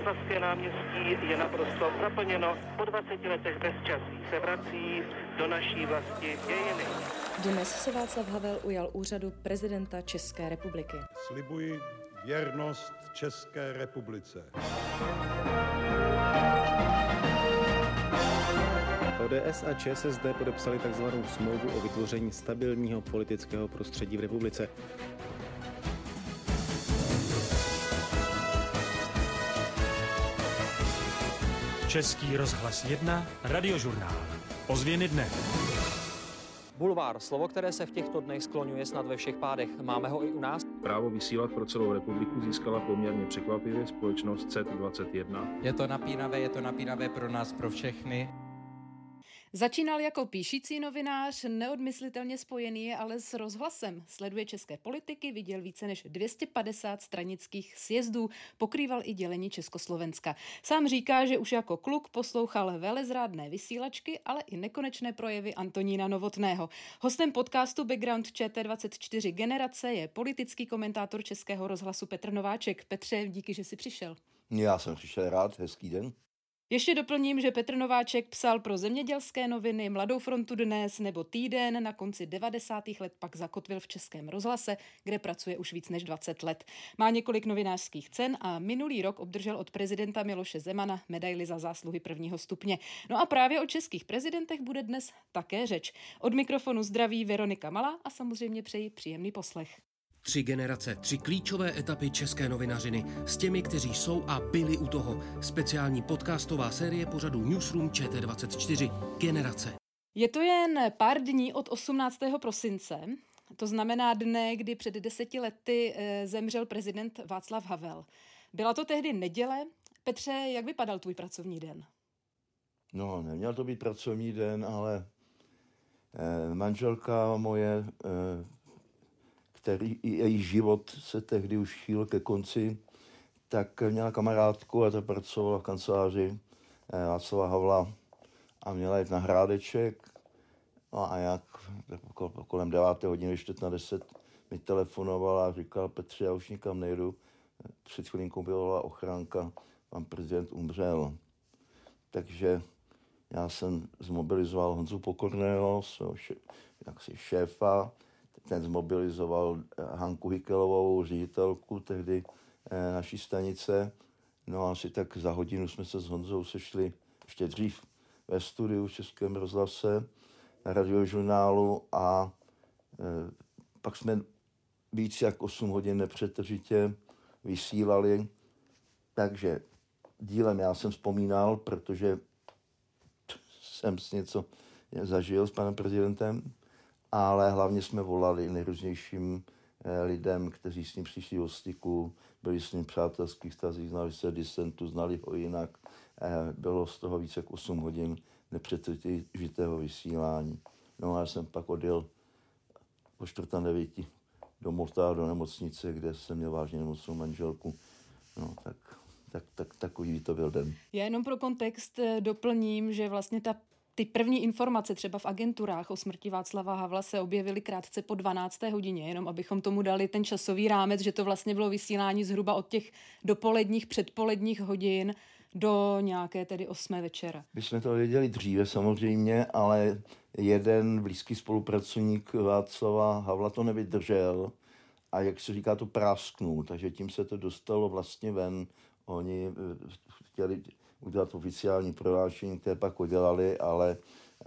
Václavské náměstí je naprosto zaplněno. Po 20 letech bezčasí se vrací do naší vlasti dějiny. Dnes se Václav Havel ujal úřadu prezidenta České republiky. Slibuji věrnost České republice. ODS a ČSSD podepsali tzv. Smlouvu o vytvoření stabilního politického prostředí v republice. Český rozhlas 1, Radiožurnál. Ozvěny dne. Bulvár, slovo, které se v těchto dnech skloňuje snad ve všech pádech. Máme ho i u nás? Právo vysílat pro celou republiku získala poměrně překvapivě společnost CET21. Je to napínavé pro nás, pro všechny. Začínal jako píšící novinář, neodmyslitelně spojený je ale s rozhlasem. Sleduje české politiky, viděl více než 250 stranických sjezdů, pokrýval i dělení Československa. Sám říká, že už jako kluk poslouchal velezrádné vysílačky, ale i nekonečné projevy Antonína Novotného. Hostem podcastu Background ČT24 Generace je politický komentátor Českého rozhlasu Petr Nováček. Petře, díky, že jsi přišel. Já jsem přišel rád, hezký den. Ještě doplním, že Petr Nováček psal pro Zemědělské noviny, Mladou frontu Dnes nebo Týden, na konci 90. let pak zakotvil v Českém rozhlase, kde pracuje už víc než 20 let. Má několik novinářských cen a minulý rok obdržel od prezidenta Miloše Zemana medaili za zásluhy 1. stupně. No a právě o českých prezidentech bude dnes také řeč. Od mikrofonu zdraví Veronika Malá a samozřejmě přeji příjemný poslech. 3 generace, 3 klíčové etapy české novinařiny s těmi, kteří jsou a byli u toho. Speciální podcastová série pořadu Newsroom ČT24 Generace. Je to jen pár dní od 18. prosince, to znamená dne, kdy před 10 lety zemřel prezident Václav Havel. Byla to tehdy neděle. Petře, jak vypadal tvůj pracovní den? No, neměl to být pracovní den, ale manželka moje, její život se tehdy už šíl ke konci, tak měla kamarádku a ta pracovala v kanceláři Václava Havla a měla jít na Hrádeček. No a jak kolem 9 hodiny, 9:45 mi telefonovala a říkal: Petře, já už nikam nejdu. Před chvilinkou byla ochránka, pan prezident umřel. Takže já jsem zmobilizoval Honzu Pokorného, šéfa, ten zmobilizoval Hanku Hykelovou, ředitelku tehdy naší stanice. No a asi tak za hodinu jsme se s Honzou sešli ještě dřív ve studiu v Českém rozhlase na Radiožurnálu a pak jsme víc jak 8 hodin nepřetržitě vysílali. Takže dílem já jsem vzpomínal, protože jsem si něco zažil s panem prezidentem, ale hlavně jsme volali nejrůznějším lidem, kteří s ním přišli do styku, byli s ním přátelských vztazích, znali se disentu, znali ho jinak. Bylo z toho více jak 8 hodin nepřetržitého vysílání. No a já jsem pak odjel po 4:45 do Motá, do nemocnice, kde jsem měl vážně nemocnou manželku. No tak takový to byl den. Já jenom pro kontext doplním, že vlastně ty první informace třeba v agenturách o smrti Václava Havla se objevily krátce po 12. hodině, jenom abychom tomu dali ten časový rámec, že to vlastně bylo vysílání zhruba od těch dopoledních, předpoledních hodin do nějaké tedy 8. večera. My jsme to věděli dříve samozřejmě, ale jeden blízký spolupracovník Václava Havla to nevydržel a jak se říká, to prásknul, takže tím se to dostalo vlastně ven. Oni chtěli udělat oficiální prohlášení, které pak udělali, ale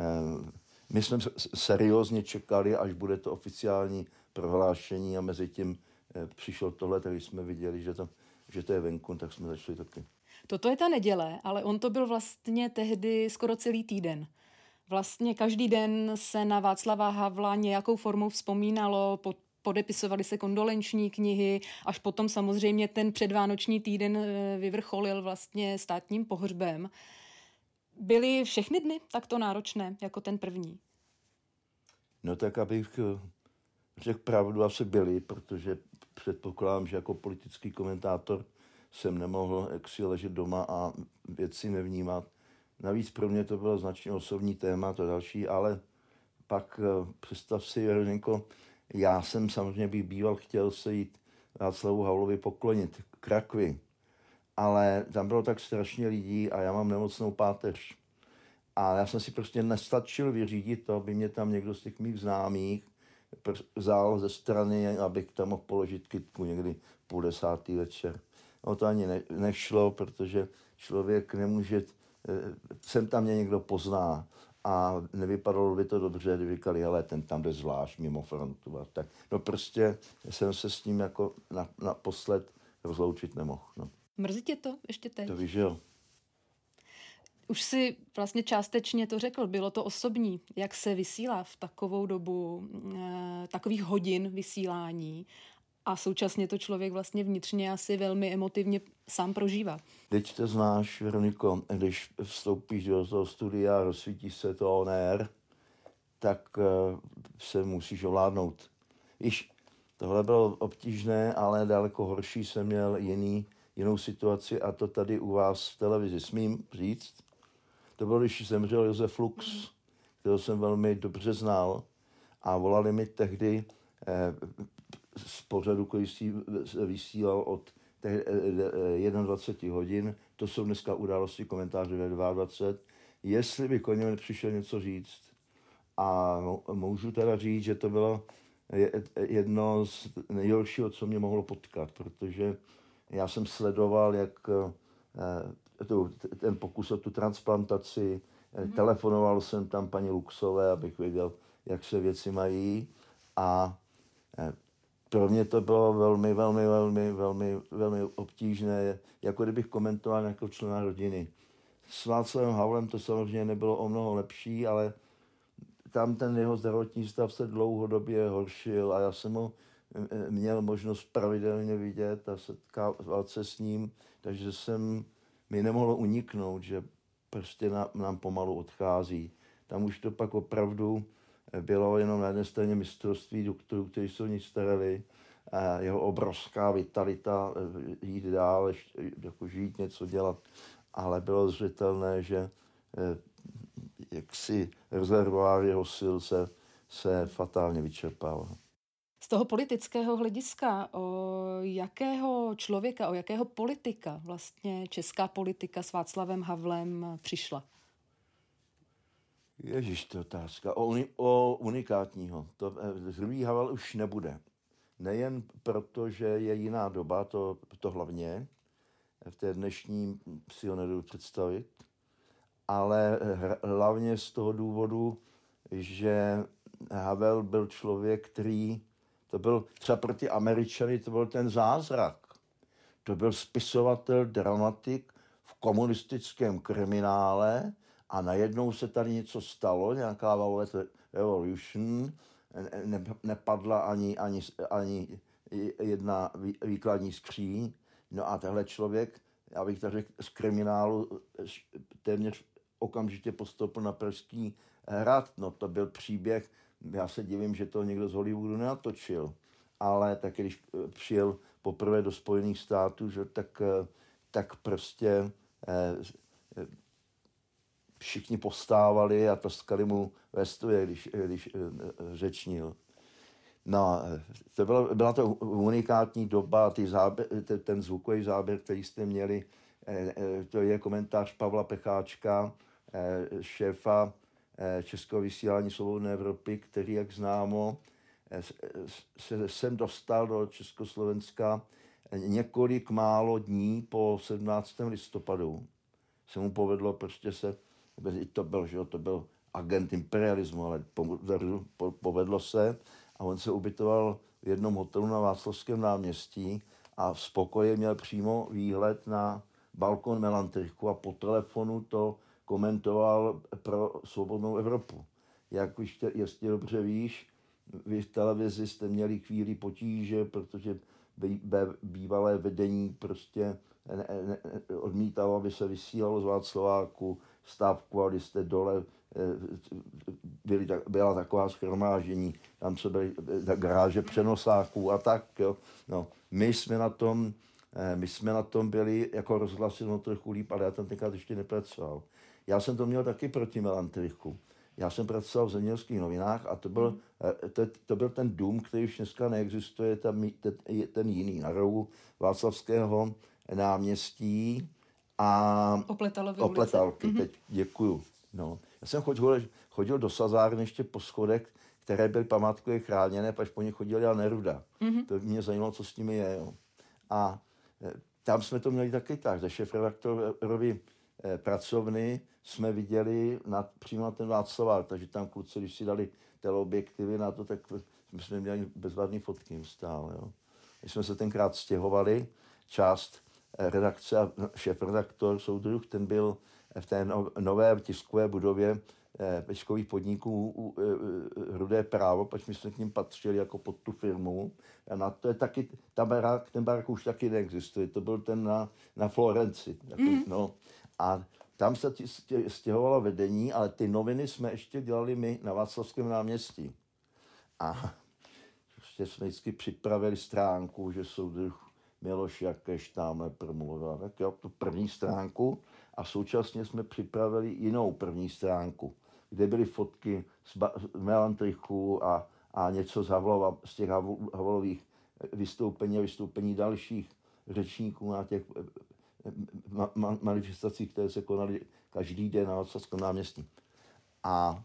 my jsme seriózně čekali, až bude to oficiální prohlášení a mezi tím přišlo tohle, takže jsme viděli, že to je venku, tak jsme začali taky. Toto je ta neděle, ale on to byl vlastně tehdy skoro celý týden. Vlastně každý den se na Václava Havla nějakou formou vzpomínalo, podepisovaly se kondolenční knihy, až potom samozřejmě ten předvánoční týden vyvrcholil vlastně státním pohřbem. Byly všechny dny takto náročné, jako ten první? No tak abych řekl pravdu, asi byly, protože předpokládám, že jako politický komentátor jsem nemohl jaksi ležet doma a věci nevnímat. Navíc pro mě to bylo značně osobní téma, to další, ale pak představ si, Veroniko, já jsem samozřejmě býval chtěl se jít Václavu Havlovi poklonit k rakvi ale tam bylo tak strašně lidí a já mám nemocnou páteř. A já jsem si prostě nestačil vyřídit to, aby mě tam někdo z těch mých známých vzal ze strany, abych tam mohl položit kytku někdy 9:30 večer. No to ani nešlo, protože člověk nemůže, sem tam mě někdo pozná a nevypadalo by to dobře, kdyby říkali, hele, ten tam jde zvlášť mimo frontu. A tak. No prostě jsem se s ním jako naposled rozloučit nemohl. No. Mrzí tě to ještě teď? To víš, jo. Už si vlastně částečně to řekl, bylo to osobní. Jak se vysílá v takovou dobu, takových hodin vysílání a současně to člověk vlastně vnitřně asi velmi emotivně sám prožívá. Teď to znáš, Veroniko, když vstoupíš do toho studia a rozsvítí se to on air, tak se musíš ovládnout. Víš, tohle bylo obtížné, ale daleko horší jsem měl jinou situaci a to tady u vás v televizi. Smím říct? To bylo, když zemřel Josef Lux, kterého jsem velmi dobře znal a volali mi tehdy z pořadu, který se vysílal od 21 hodin, to jsou dneska události komentáře ve 22, jestli by koně přišel něco říct. A můžu teda říct, že to bylo jedno z nejhoršího, co mě mohlo potkat, protože já jsem sledoval, jak ten pokus o tu transplantaci, telefonoval jsem tam paní Luxové, abych věděl, jak se věci mají a pro mě to bylo velmi obtížné, jako kdybych komentoval jako člena rodiny. S Václavem Havlem to samozřejmě nebylo o mnoho lepší, ale tam ten jeho zdravotní stav se dlouhodobě horšil a já jsem ho měl možnost pravidelně vidět a setkávat se s ním, takže mi nemohlo uniknout, že prostě nám pomalu odchází. Tam už to pak opravdu bylo jenom na jedné straně mistrovství doktorů, kteří se o ní starali, a jeho obrovská vitalita, jít dál, jako žít, něco dělat, ale bylo zřetelné, že jaksi rezervoár jeho sil se fatálně vyčerpával. Z toho politického hlediska, o jakého člověka, o jakého politika vlastně česká politika s Václavem Havlem přišla? Ježiš, to je otázka. O unikátního. Druhý Havel už nebude. Nejen proto, že je jiná doba, to hlavně, v té dnešní si ho nedovedu představit, ale hlavně z toho důvodu, že Havel byl člověk, který, to byl třeba pro ty Američany, to byl ten zázrak. To byl spisovatel, dramatik v komunistickém kriminále a najednou se tady něco stalo, nějaká Velvet Revolution, nepadla ani jedna výkladní skříň. No a tenhle člověk, já bych tak řekl, z kriminálu téměř okamžitě postoupil na Pražský hrad. No to byl příběh, já se divím, že to někdo z Hollywoodu nenatočil. Ale tak když přijel poprvé do Spojených států, že, tak prostě všichni postávali a tleskali mu ve stuje, když řečnil. No, byla to unikátní doba, ten zvukový záběr, který jste měli, to je komentář Pavla Pecháčka, šéfa Českého vysílání Svobodné Evropy, který, jak známo, se sem dostal do Československa několik málo dní po 17. listopadu. Se mu povedlo, prostě to byl agent imperialismu, ale povedlo se a on se ubytoval v jednom hotelu na Václavském náměstí a v pokoji měl přímo výhled na balkon Melantrichu a po telefonu to komentoval pro Svobodnou Evropu. Jak už jestli dobře víš, vy v televizi jste měli chvíli potíže, protože bývalé vedení prostě odmítalo, aby se vysílalo z Václaváku, stávkovali jste dole, byla taková shromáždění, tam se byly garáže přenosáků a tak. Jo. No, my jsme na tom byli jako rozhlasy trochu líp, ale já tam tenkrát ještě nepracoval. Já jsem to měl taky proti Melantrichu. Já jsem pracoval v Zemědělských novinách a to byl ten dům, který už dneska neexistuje, ten jiný, na rohu Václavského náměstí a Opletalky. Teď děkuju. No. Já jsem chodil do sazárny ještě po schodech, které byly památkově chráněné, až po ně chodil Jan Neruda. To mě zajímalo, co s nimi je. Jo. A tam jsme to měli taky tak. Ze šéfredaktorovi pracovny jsme viděli přímo na ten Václavák, takže tam kluci, když si dali teleobjektivy na to, tak my jsme měli bezvadný fotky stále. Jo. Když jsme se tenkrát stěhovali, část redakce a šéfredaktor soudruh, ten byl v té nové tiskové budově tiskových podniků Rudé právo, protože my jsme k ním patřili jako pod tu firmu. A na to je taky, ten barák už taky neexistuje, to byl ten na Florenci. No. A tam se stěhovalo vedení, ale ty noviny jsme ještě dělali my na Václavském náměstí. A prostě jsme vždycky připravili stránku, že soudruh Miloš Jakeš tamhle promluvil. Tak jo, tu první stránku a současně jsme připravili jinou první stránku, kde byly fotky z Melantrichu a něco z těch Havlových vystoupení dalších řečníků na těch manifestacích, které se konaly každý den na Václavském náměstí. A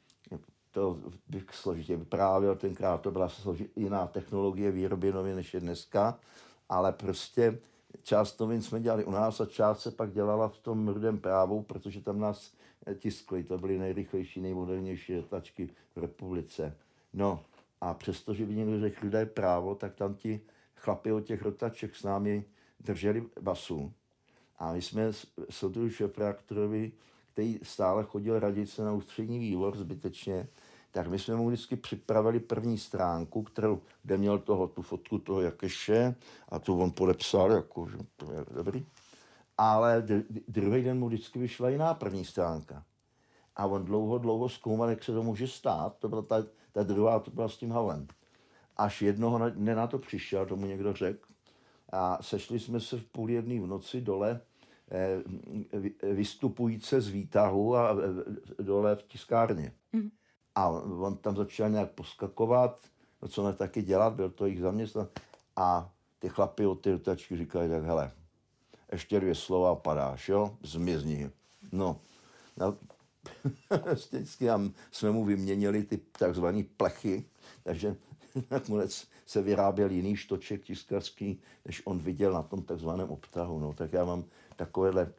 to bych složitě vyprávěl, tenkrát to byla jiná technologie výroby novin, než je dneska, ale prostě část novin jsme dělali u nás a část se pak dělala v tom Rudém právu, protože tam nás tiskli. To byly nejrychlejší, nejmodernější letačky v republice. No a přestože by někdo řekl Rudé právo, tak tam ti chlapi od těch rotaček s námi drželi basu. A my jsme soudruhu šéfredaktorovi, který stále chodil radit se na ústřední výbor zbytečně, tak my jsme mu vždycky připravili první stránku, kde měl tu fotku toho Jakeše a tu on podepsal, jako, že to je dobrý. Ale druhý den mu vždycky vyšla jiná první stránka. A on dlouho zkoumal, jak se to může stát. To byla ta druhá, to byla s tím Havlem. Až jednoho dne na to přišel, tomu někdo řekl. A sešli jsme se v 12:30 v noci dole, vystupujíce z výtahu a dole v tiskárně. A on tam začal nějak poskakovat, no co ne taky dělat, byl to jich zaměstnan. A ty chlapi od ty rotačky říkali, tak hele, ještě 2 slova padáš, jo, zmizni. No vždycky jsme mu vyměnili ty takzvané plechy, takže nakonec se vyráběl jiný štoček tiskařský, než on viděl na tom takzvaném obtahu. No, tak já mám takovýhle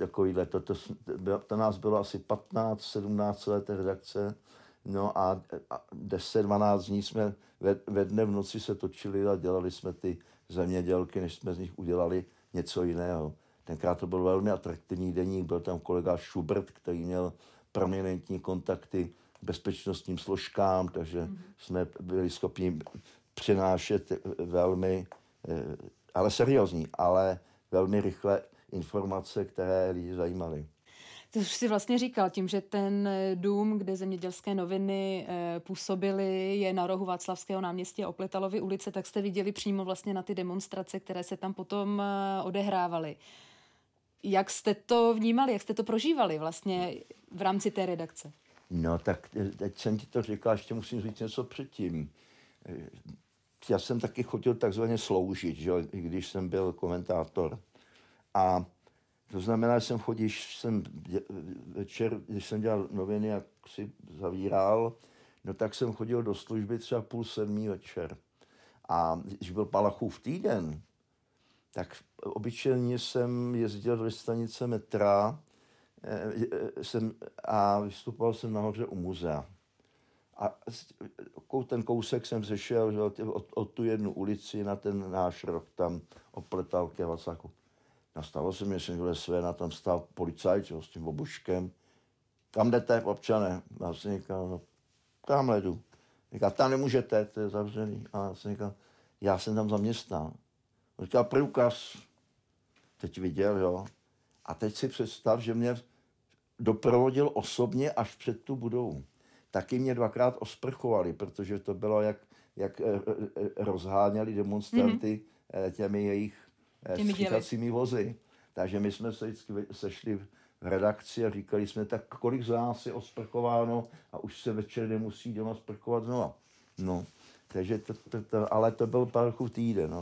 to nás bylo asi 15-17 let redakce, no a 10-12 dní jsme ve dne v noci se točili a dělali jsme ty zemědělky, než jsme z nich udělali něco jiného. Tenkrát to byl velmi atraktivní deník, byl tam kolega Schubert, který měl prominentní kontakty k bezpečnostním složkám, takže jsme byli schopni přinášet velmi, ale seriózní, ale velmi rychle informace, které lidi zajímaly. To už si vlastně říkal, tím, že ten dům, kde zemědělské noviny působily, je na rohu Václavského náměstí a Opletalovy ulice, tak jste viděli přímo vlastně na ty demonstrace, které se tam potom odehrávaly. Jak jste to vnímali, jak jste to prožívali vlastně v rámci té redakce? No tak teď jsem ti to říkal, ještě musím říct něco předtím. Já jsem taky chodil takzvaně sloužit, že? I když jsem byl komentátor. A to znamená, že jsem chodil, večer, když jsem dělal noviny, jak si zavíral, no tak jsem chodil do služby třeba 6:30 večer. A když byl Palachův týden, tak obyčejně jsem jezdil do stanice metra a vystupoval jsem nahoře u muzea. A ten kousek jsem zešel, že, od tu jednu ulici na ten náš rok tam Opletalky a Václavu. Nastalo se mi, že jsem své, tam stál policajt s tím obuškem. Kam jdete, občané? Já jsem říkal, no, tamhle jdu. Říkal, tam nemůžete, to je zavřený. A já jsem říkal, já jsem tam zaměstnán. On říkal, průkaz. Teď viděl, jo. A teď si představ, že mě doprovodil osobně až před tu budovu. Taky mě 2krát osprchovali, protože to bylo, jak rozháněli demonstranty těmi jejich stříkacími vozy. Takže my jsme se vždycky sešli v redakci a říkali jsme, tak kolik z nás je osprchováno a už se večer nemusí doma sprchovat znova. No, takže ale to byl Palachův týden, no.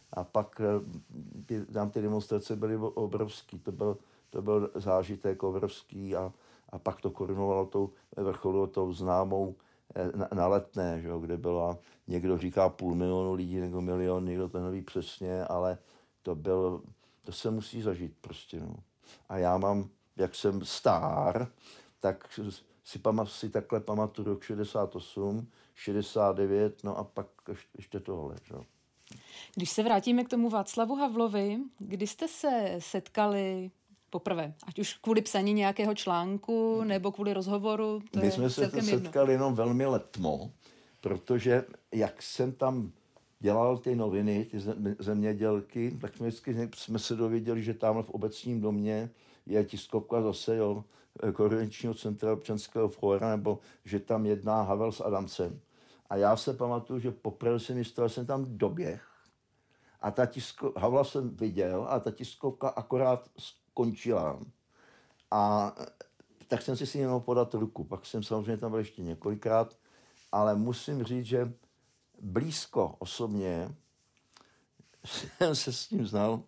A pak tam ty demonstrace byly obrovský, to byl zážitek obrovský a pak to korunovalo tou vrcholu tou známou na Letné, že jo, kde byla, někdo říká 500 000 lidí nebo 1 000 000, někdo to neví přesně, ale to se musí zažít prostě, no. A já mám, jak jsem star, tak si takhle pamatuju rok 68, 69, no a pak ještě tohle, jo. Když se vrátíme k tomu Václavu Havlovi, kdy jste se setkali poprvé? Ať už kvůli psaní nějakého článku nebo kvůli rozhovoru? My jsme se setkali jenom velmi letmo, protože jak jsem tam dělal ty noviny, ty zemědělky, tak jsme se dověděli, že tam v obecním domě je tiskovka zase, jo, Koordinačního centra občanského fóra, nebo že tam jedná Havel s Adamcem. A já se pamatuju, že poprvé jsem tam doběh a Havla jsem viděl a ta tiskovka akorát skončila. A tak jsem si jenom podat ruku. Pak jsem samozřejmě tam byl ještě několikrát, ale musím říct, že blízko osobně jsem se s tím znal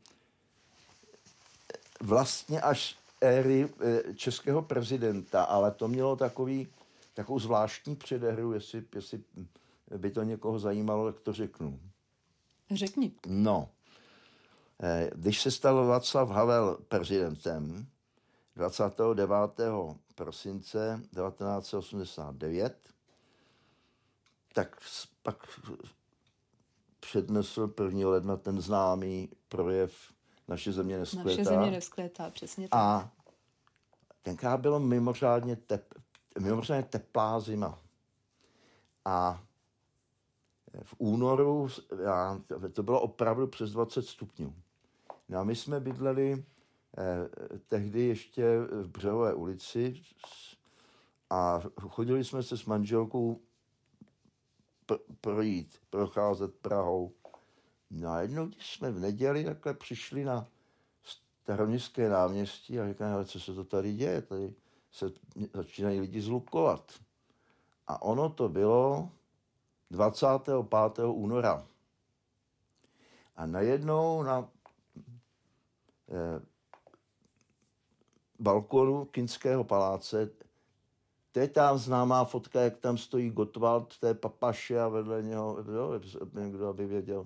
vlastně až éry českého prezidenta, ale to mělo takovou zvláštní předehru, jestli by to někoho zajímalo, tak to řeknu. Řekni. No, když se stal Václav Havel prezidentem 29. prosince 1989, tak pak přednesl 1. ledna ten známý projev Naše země nevzkvétá. Naše země nevzkvétá, přesně tak. A tenkrát bylo mimořádně teplá zima. A v únoru to bylo opravdu přes 20 stupňů. No a my jsme bydleli tehdy ještě v Břehové ulici a chodili jsme se s manželkou procházet Prahou. No a jednou, když jsme v neděli takhle přišli na Staroměstské náměstí a říkali, ale co se to tady děje? Tady se začínají lidi zlukovat. A ono to bylo 25. února. A najednou na balkonu Kinského paláce, to je tam známá fotka, jak tam stojí Gottwald v té papaši a vedle něho, někdo aby věděl.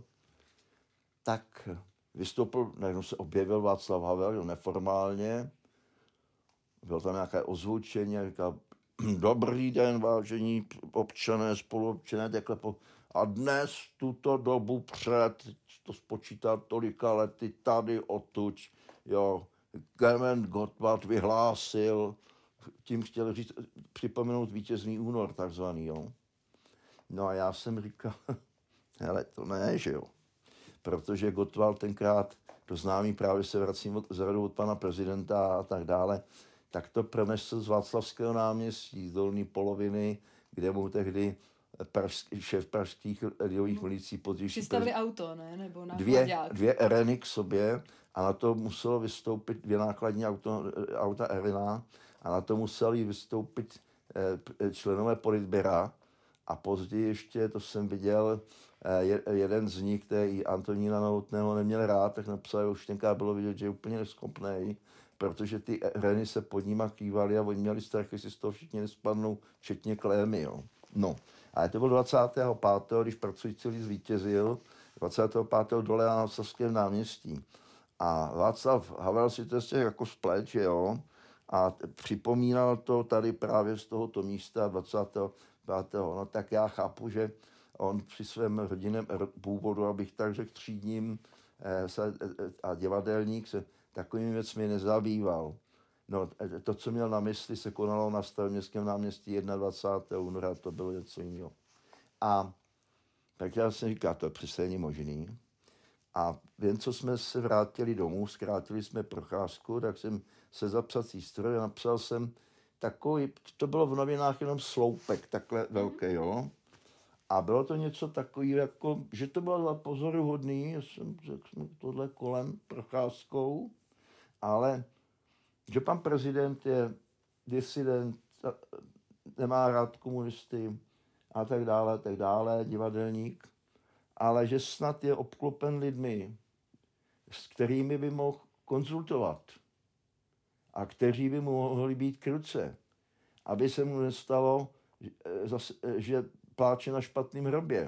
Tak vystoupil, najednou se objevil Václav Havel, neformálně. Bylo tam nějaké ozvučení a říkal, dobrý den, vážení občané, spoluobčané, a dnes tuto dobu před, to spočítá tolika lety, tady odtuď, jo, Klement Gottwald vyhlásil, tím chtěl říct, připomenout vítězný únor, takzvaný, jo. No a já jsem říkal, hele, to ne, že jo. Protože Gottwald tenkrát, to známý, právě se vracím z radu od pana prezidenta a tak dále, tak to pronesl z Václavského náměstí, z dolní poloviny, kde mu tehdy šéf pražských lidových milicí přistavili auto, ne? Nebo na dvě Ereny k sobě a na to muselo vystoupit 2 nákladní auta Erena a na to museli vystoupit členové politbyra a později ještě, to jsem viděl, jeden z nich, který Antonína Novotného neměl rád, tak napsal, už tenkrát bylo vidět, že je úplně neschopnej, protože ty Ereny se pod nima kývaly a oni měli strach, jestli z toho všichni nespadnou, včetně Klémy, jo. No, ale to bylo 25., když pracující lid zvítězil, 25. dole na Václavském náměstí. A Václav Havel si to ještě jako splet, jo, a připomínal to tady právě z tohoto místa 25. No tak já chápu, že on při svém rodinném původu, abych tak řekl, třídním a divadelník se takovými věcmi nezabýval. No, to, co měl na mysli, se konalo na Staroměstském náměstí 21. února, to bylo něco jiného. A tak já jsem říkal, to je přesně není možný. A jen co jsme se vrátili domů, zkrátili jsme procházku, tak jsem se zapsací stroj a napsal jsem takový, to bylo v novinách jenom sloupek, takhle velký, jo. A bylo to něco takového, jako, že to bylo pozoruhodný, já jsem řekl tohle kolem procházkou, ale že pan prezident je disident, nemá rád komunisty a tak dále, divadelník. ale že snad je obklopen lidmi, s kterými by mohl konzultovat a kteří by mu mohli být k ruce, aby se mu nestalo, že pláče na špatném hrobě.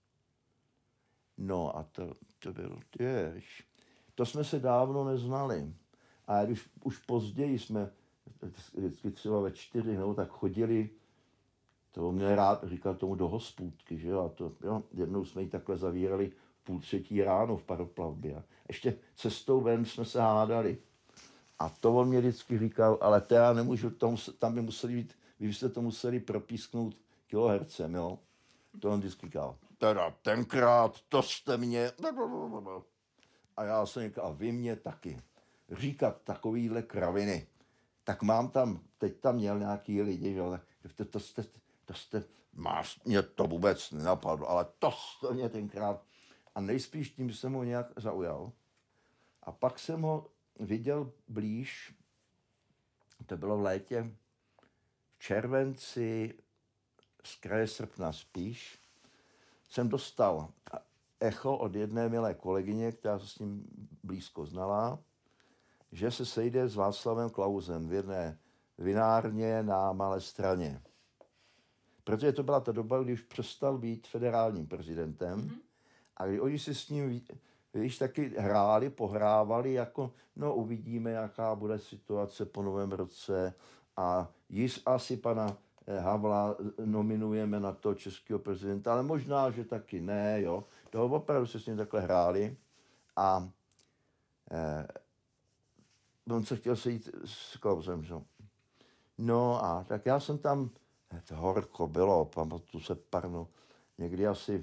No a to bylo, to jsme se dávno neznali. A když už později jsme, vždycky třeba ve 4, tak chodili, to mě rád říkal tomu do hospůdky, že jo, a to, jo, jednou jsme ji takhle zavírali v 2:30 ráno v paroplavbě. A ještě cestou ven jsme se hádali. A to on mě vždycky říkal, ale to já nemůžu, tam by museli být, vy byste to museli propísknout kilohercem, jo. To on vždycky říkal, teda tenkrát, to jste mě... A já jsem říkal, a vy mě taky. Říkat takovýhle kraviny. Tak mám tam, teď tam měl nějaký lidi, že to jste, mě to vůbec nenapadlo, ale to jste mě tenkrát. A nejspíš tím jsem ho nějak zaujal. A pak jsem ho viděl blíž, to bylo v létě, v červenci, z kraje srpna spíš, jsem dostal echo od jedné milé kolegyně, která se s ním blízko znala, že se sejde s Václavem Klausem v jedné vinárně na Malé Straně. Protože to byla ta doba, kdy už přestal být federálním prezidentem a kdy oni si s ním, víš, taky pohrávali, jako, no uvidíme, jaká bude situace po novém roce a již asi pana Havla nominujeme na to českého prezidenta, ale možná, že taky ne, jo. To opravdu se s ním takhle hráli a on se chtěl sejít s Klausem, že? No a tak já jsem tam, to horko bylo, pamatuju se parno, někdy asi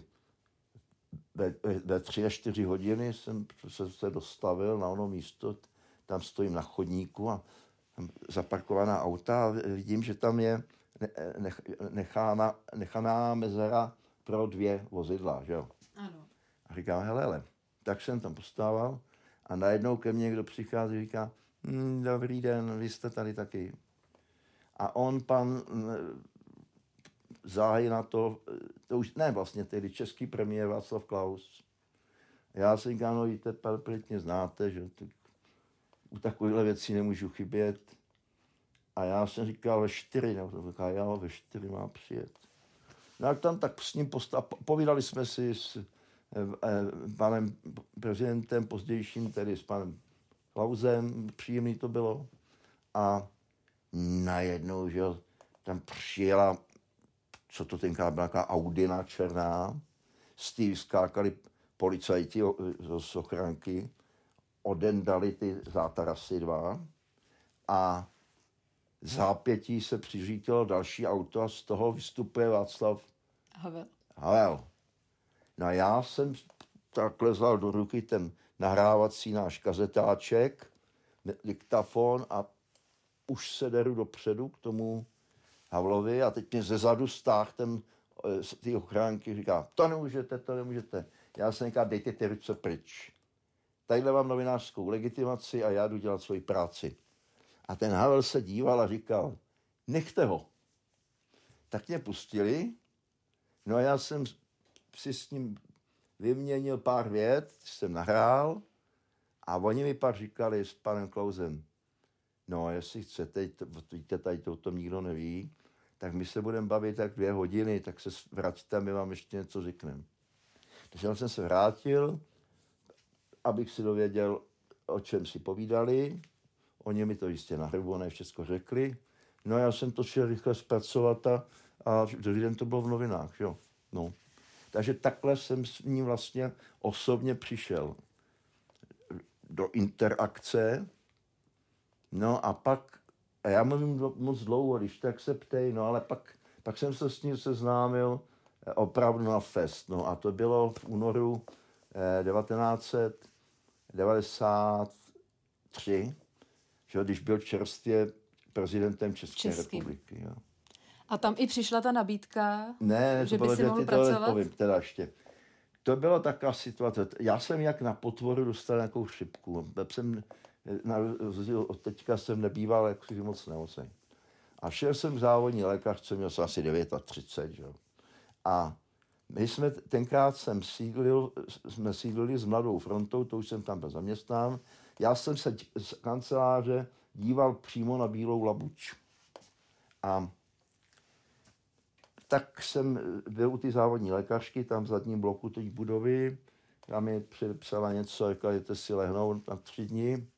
ve 3 až 4 hodiny jsem se dostavil na ono místo, tam stojím na chodníku a zaparkovaná auta a vidím, že tam je nechaná mezera pro 2 vozidla, že jo. Ano. A říkám, hele, tak jsem tam postával a najednou ke mně někdo přichází a říká, dobrý den, vy jste tady taky. A on, pan záhy na to už ne vlastně, tedy český premiér Václav Klaus. Já si říkám, no víte, mě znáte, že u takovýchhle věcí nemůžu chybět. A já jsem říkal ve 4, nebo říkal, já ve 4 mám přijet. No a tam tak s ním povídali jsme si s panem prezidentem pozdějším, tedy s panem Klausem, příjemný to bylo. A najednou, že tam přijela, co to tenkrát byla, taková Audina černá, z té skákali policajti z ochranky, odendali ty zátarasy 2 a v zápětí se přiřítilo další auto a z toho vystupuje Václav Havel. No a já jsem takhle vzal do ruky ten nahrávací náš kazetáček, diktafon a už se deru dopředu k tomu Havlovi a teď mě zezadu stáhl z té ochránky, říká, to nemůžete. Já jsem říkal, dejte ty ruce pryč. Tadyhle mám novinářskou legitimaci a já jdu dělat svoji práci. A ten Havel se díval a říkal, nechte ho. Tak mě pustili, no a já jsem si s ním vyměnil pár vět, jsem nahrál a oni mi pak říkali s panem Klausem, no jestli chcete, víte, tady to o tom nikdo neví, tak my se budeme bavit tak 2 hodiny, tak se vraťte, my vám ještě něco řekneme. Takže já jsem se vrátil, abych si dověděl, o čem si povídali. Oni mi to jistě nahrubované všechno řekli. No já jsem to šel rychle zpracovat a druhý den to bylo v novinách, jo. No. Takže takhle jsem s ním vlastně osobně přišel do interakce. No a pak, a já mluvím moc dlouho, když tak se ptej, no ale pak jsem se s ním seznámil opravdu na fest. No a to bylo v únoru 1993, že, když byl čerstvě prezidentem České republiky. Jo. A tam i přišla ta nabídka, ne, že by si mohl pracovat? Povím, teda ještě. To byla taková situace. Já jsem jak na potvoru dostal nějakou chřipku. Od teďka jsem nebýval jaksi moc nemocný. A šel jsem k závodní lékařce, měl jsem asi 39, že? A My jsme tenkrát jsme sídlili s Mladou frontou, to už jsem tam byl zaměstnán. Já jsem se z kanceláře díval přímo na Bílou labuť. A tak jsem byl u ty závodní lékařky, tam v zadním bloku té budovy. Já mi předepsala něco, říkala, jdete si lehnout na 3 dny.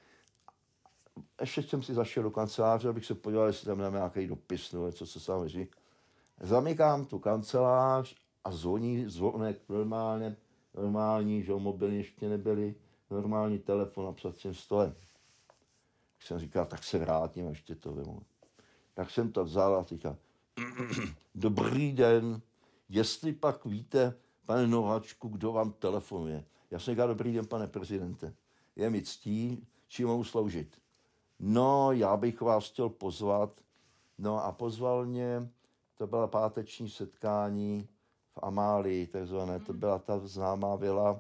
Ještě jsem si zašel do kanceláře, abych se podíval, jestli tam máme nějaký dopis, nebo něco, co se tam říká. Zamykám tu kancelář a zvonek normální, že mobily ještě nebyly, normální telefon na psacím stole. Tak jsem říkal, tak se vrátím, ještě to vemu. Tak jsem to vzal a říkal, dobrý den, jestli pak víte, pane Nohačku, kdo vám telefonuje. Já jsem říkal, dobrý den, pane prezidente, je mi ctí, čím mohu sloužit. No, já bych vás chtěl pozvat. No a pozval mě, to byla páteční setkání v Amálii, takzvané. To byla ta známá vila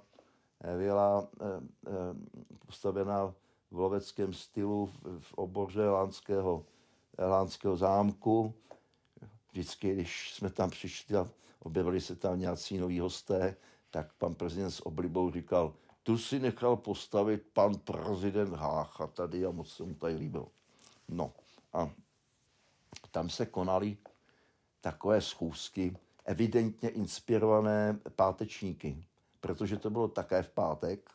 postavená v loveckém stylu v oboře Lánského zámku. Vždycky, když jsme tam přišli a objevili se tam nějací noví hosté, tak pan prezident s oblibou říkal, tu si nechal postavit pan prezident Hácha tady a moc se mu tady líbil. No a tam se konaly takové schůzky, evidentně inspirované pátečníky, protože to bylo také v pátek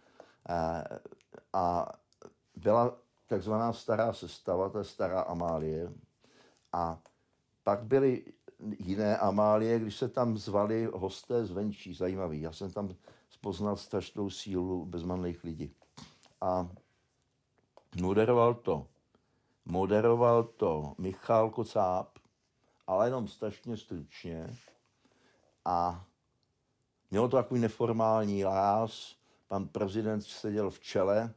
a byla takzvaná stará sestava, to je stará Amálie a pak byly jiné Amálie, když se tam zvali hosté zvenčí, zajímaví. Já jsem tam poznal strašnou sílu bezmanných lidí. A moderoval to Michal Kocáb, ale jenom strašně stručně. A mělo to takový neformální ráz. Pan prezident seděl v čele,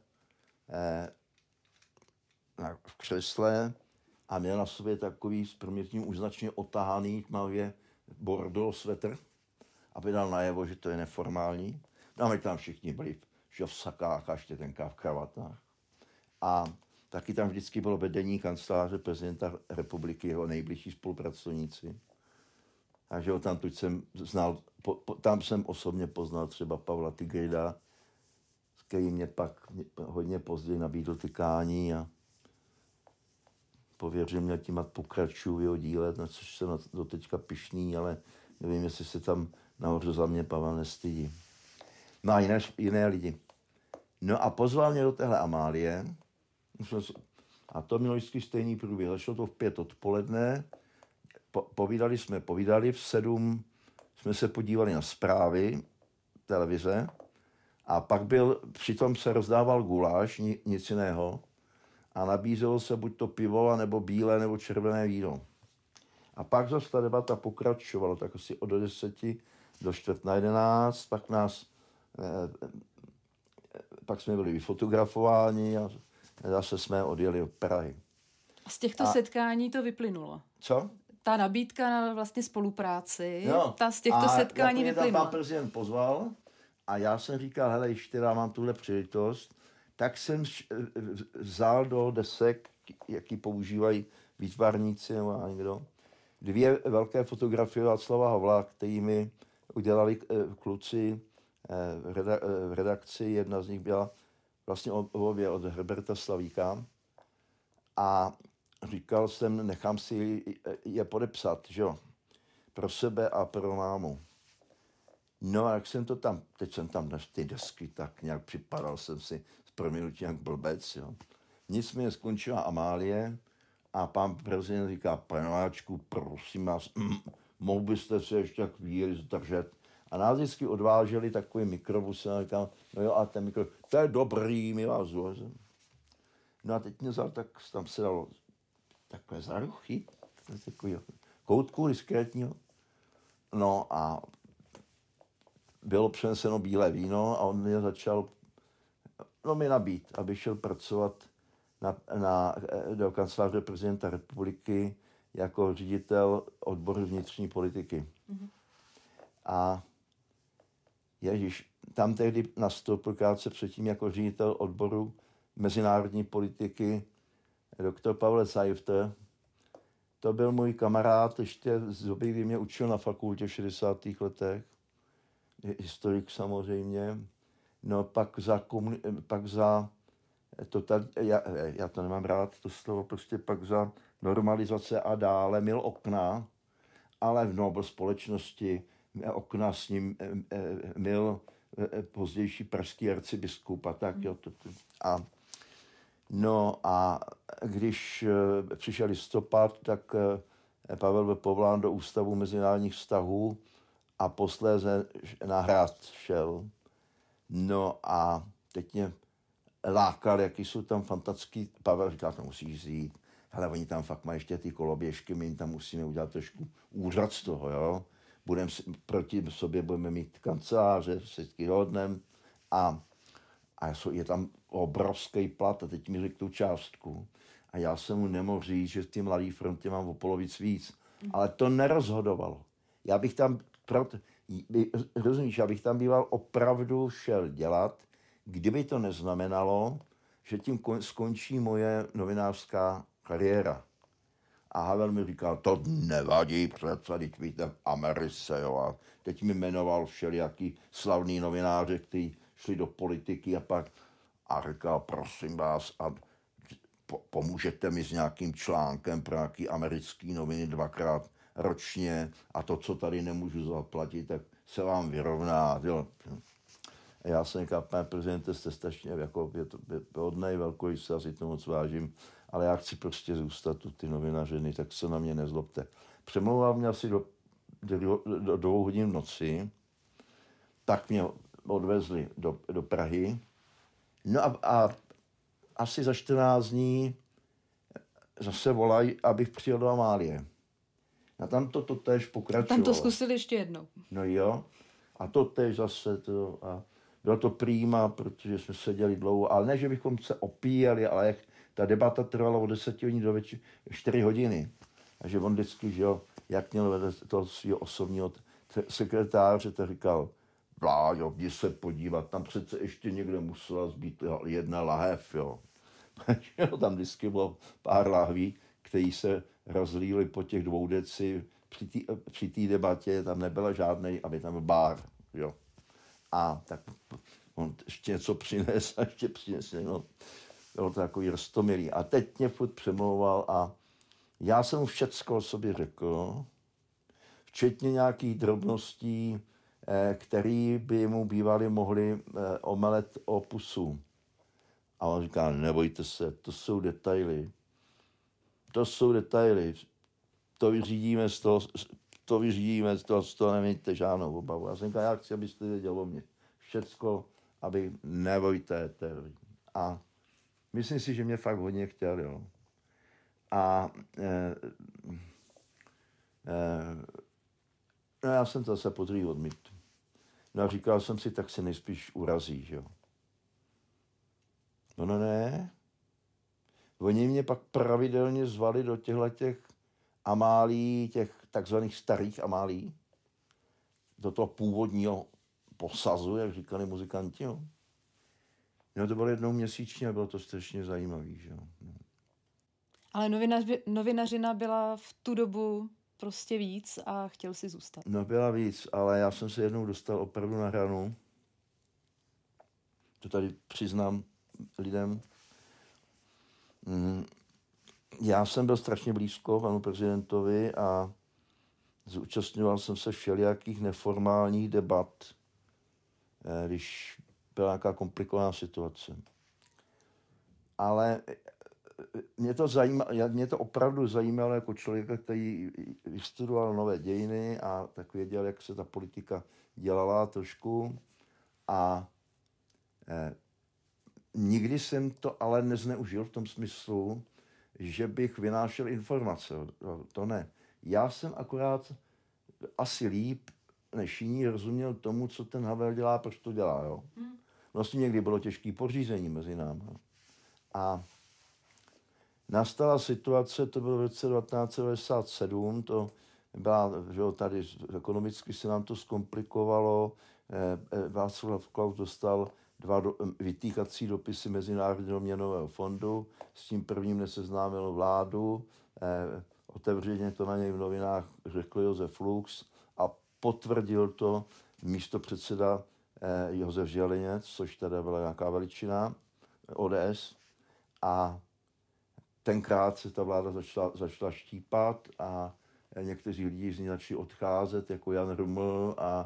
v křesle a měl na sobě takový s proměrním už značně otahaný tmavě bordeaux svetr, aby dal najevo, že to je neformální. No a my tam všichni byli v sakách a ještě tenkrát v kravatách. A taky tam vždycky bylo vedení kanceláře prezidenta republiky, jeho nejbližší spolupracovníci. Takže ho tam jsem znal, tam jsem osobně poznal třeba Pavla Tigrida, který mě pak hodně později nabídl tykání a pověřil mě tím, ať pokračuju v jeho díle, na což jsem doteďka pyšný, ale nevím, jestli se tam nahoře za mě Pavel nestydí. No a jiné lidi. No a pozval mě do téhle Amálie. A to mělo vždycky stejný průběh. Začalo to v 5 odpoledne. Povídali v 7 jsme se podívali na zprávy televize. A pak přitom se rozdával guláš, nic jiného. A nabízelo se buď to pivo, nebo bílé, nebo červené víno. A pak zase ta debata pokračovala, tak asi od 10 do 10:45, pak jsme byli vyfotografováni a zase jsme odjeli do Prahy. A z těchto setkání to vyplynulo? Co? Ta nabídka na vlastně spolupráci, jo. Ta z těchto setkání vyplynula. A pan prezident pozval a já jsem říkal, hele, ještě mám tuhle příležitost, tak jsem vzal do desek, jaký používají výtvarníci nebo někdo, 2 velké fotografie Václava Havla, který mi udělali kluci v redakci. Jedna z nich byla vlastně obě od Herberta Slavíka. A říkal jsem, nechám si je podepsat, že jo, pro sebe a pro mámu. No a jak jsem to tam, teď jsem tam na ty desky, tak nějak připadal jsem si s prominutím jak blbec, jo. Nicméně skončila Amálie a pan prezident říká, pane Nováčku, prosím vás, mohl byste se ještě chvíli zdržet. A nás vždycky odváželi takový mikrobus a říkal, no jo, a ten mikrobus, to je dobrý, my vás zůzem. No a teď mě vzal, tak tam se dalo takové záruchy, takový koutku diskrétního. No a bylo přineseno bílé víno a on mě začal mi nabít, aby šel pracovat do kanceláře prezidenta republiky jako ředitel odboru vnitřní politiky. Mm-hmm. A tam tehdy nastoupil krátce předtím jako ředitel odboru mezinárodní politiky doktor Pavel Zajfter, To byl můj kamarád ještě z doby, kdy mě učil na fakultě v 60. letech. Historik samozřejmě. No pak za já to nemám rád, to slovo, prostě pak za normalizace a dále mil okna, ale v Nobel společnosti okna s ním mil pozdější pražský arcibiskup a tak. Jo, a když přišel listopad, tak Pavel byl povolán do Ústavu mezinárodních vztahů a posléze na Hrad šel. No a teď mě lákal, jaký jsou tam fantastický. Pavel říkal, to musíš jít. Hele, oni tam fakt mají ještě ty koloběžky, my jim tam musíme udělat trošku úřad z toho, jo. Proti sobě budeme mít kanceláře, vždycky hodnem a je tam obrovský plat a teď mi řekl tu částku. A já jsem mu nemohl říct, že v té Mladé frontě mám o polovic víc. Ale to nerozhodovalo. Já bych tam, rozumíš, já bych tam býval opravdu šel dělat, kdyby to neznamenalo, že tím skončí moje novinářská kariéra. A Havel mi říkal, to nevadí, přece, teď víte v Americe, jo. A teď mi jmenoval všelijaký slavný novináře, kteří šli do politiky a říkal, prosím vás, a pomůžete mi s nějakým článkem pro nějaký americký noviny 2krát ročně a to, co tady nemůžu zaplatit, tak se vám vyrovná. Jo. A já jsem říkal, pane prezidente, jste strašně, jako je to hodnej, velkoryse, se asi to moc vážím, ale já chci prostě zůstat u ty novinařiny, tak se na mě nezlobte. Přemlouval mě asi do 2 hodin v noci, tak mě odvezli do Prahy. No a asi za 14 dní zase volají, abych přijel do Amálie. A tam to též pokračovalo. Tam to zkusili ještě jednou. No jo. A to též zase to. A bylo to prýma, protože jsme seděli dlouho. Ale ne, že bychom se opíjeli, ale jak ta debata trvala od 10 hodin do 4 hodiny. Takže on vždycky, že jo, jak měl vést toho svého osobního sekretáře, to říkal, Vláďo, jdi se podívat, tam přece ještě někde musela zbýt 1 lahev, jo. Tam vždycky bylo pár lahví, který se rozlíli po těch 2 deci. Při té debatě tam nebyla žádnej, aby tam byl bar, jo. A tak on ještě něco přines a ještě přines, no. Bylo to takový roztomilý. A teď mě furt přemlouval a já jsem mu všecko o sobě řekl, včetně nějakých drobností, který by mu bývali mohli omelet o pusu. A on říká, nebojte se, to jsou detaily. To jsou detaily. To vyřídíme z toho nemějte žádnou obavu. Já jsem říkal, já chci, abyste věděli o mě. Všecko, aby nebojte. A myslím si, že mě fakt hodně chtěl, jo. A no já jsem to zase podřív odmít. No a říkal jsem si, tak se nejspíš urazí, že jo. No ne. Oni mě pak pravidelně zvali do těch amálí, těch takzvaných starých amálí, do toho původního posazu, jak říkali muzikanti, jo. No to bylo 1 měsíčně, bylo to strašně zajímavý, že jo. No. Ale novinařina byla v tu dobu prostě víc a chtěl si zůstat. No byla víc, ale já jsem se jednou dostal opravdu na hranu. To tady přiznám lidem. Já jsem byl strašně blízko panu prezidentovi a zúčastňoval jsem se všelijakých neformálních debat, když byla nějaká komplikovaná situace. Ale mě to opravdu zajímalo jako člověka, který vystudoval nové dějiny a tak věděl, jak se ta politika dělala trošku. A nikdy jsem to ale nezneužil v tom smyslu, že bych vynášel informace. To ne. Já jsem akorát asi líp než jiní rozuměl tomu, co ten Havel dělá, proč to dělá. Jo? Vlastně někdy bylo těžké pořízení mezi námi. A nastala situace, to bylo v roce 1997, to byla, že tady ekonomicky se nám to zkomplikovalo, Václav Klaus dostal 2 vytýkací dopisy Mezinárodního měnového fondu, s tím prvním neseznámil vládu, Otevřeně to na něj v novinách řekl Josef Lux a potvrdil to místopředseda Josef Želiněc, což teda byla nějaká veličina ODS. A tenkrát se ta vláda začala štípat a někteří lidi z ní začali odcházet, jako Jan Ruml a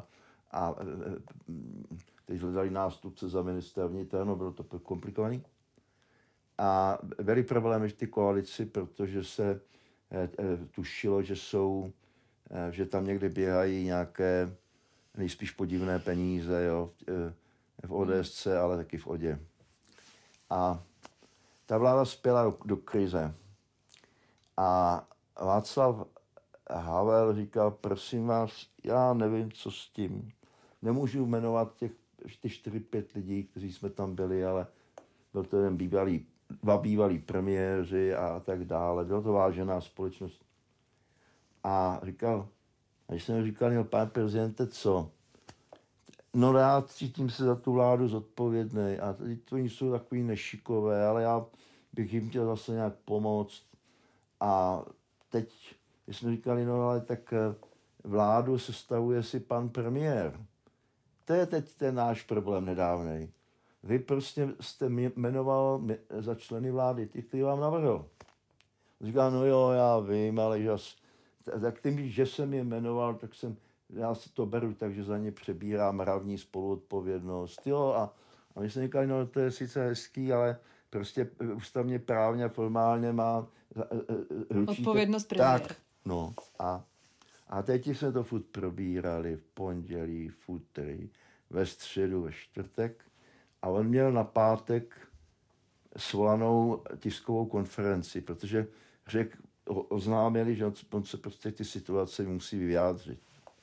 teď hledali nástupce za ministra vnitra, no bylo to komplikovaný. A byly problémy v té koalici, protože se tušilo, že tam někde běhají nějaké nejspíš podivné peníze, jo, v ODSC, ale taky v ODě. A ta vláda spěla do krize. A Václav Havel říkal, prosím vás, já nevím, co s tím. Nemůžu jmenovat ty 4-5 lidí, kteří jsme tam byli, ale byl to jen dva bývalí premiéři a tak dále. Byla to vážená společnost. A když jsem říkal, pane prezidente, co? No já cítím se za tu vládu zodpovědný a to jsou takový nešikové, ale já bych jim chtěl zase nějak pomoct. A teď jsme říkali, no ale tak vládu sestavuje si pan premiér. To je teď ten náš problém nedávnej. Vy prostě jste jmenoval za členy vlády ty, který vám navrhl. Říká, no jo, já vím, ale tak tím, že jsem je jmenoval, tak já si to beru, takže za ně přebírám mravní spoluodpovědnost. Jo, a my jsme říkali, no to je sice hezký, ale prostě ústavně právně a formálně má odpovědnost premiér. Tak, no a teď jsme to furt probírali v pondělí, v úterý, ve středu, ve čtvrtek a on měl na pátek svolanou tiskovou konferenci, protože oznámili, že on se prostě ty situace musí vyjádřit.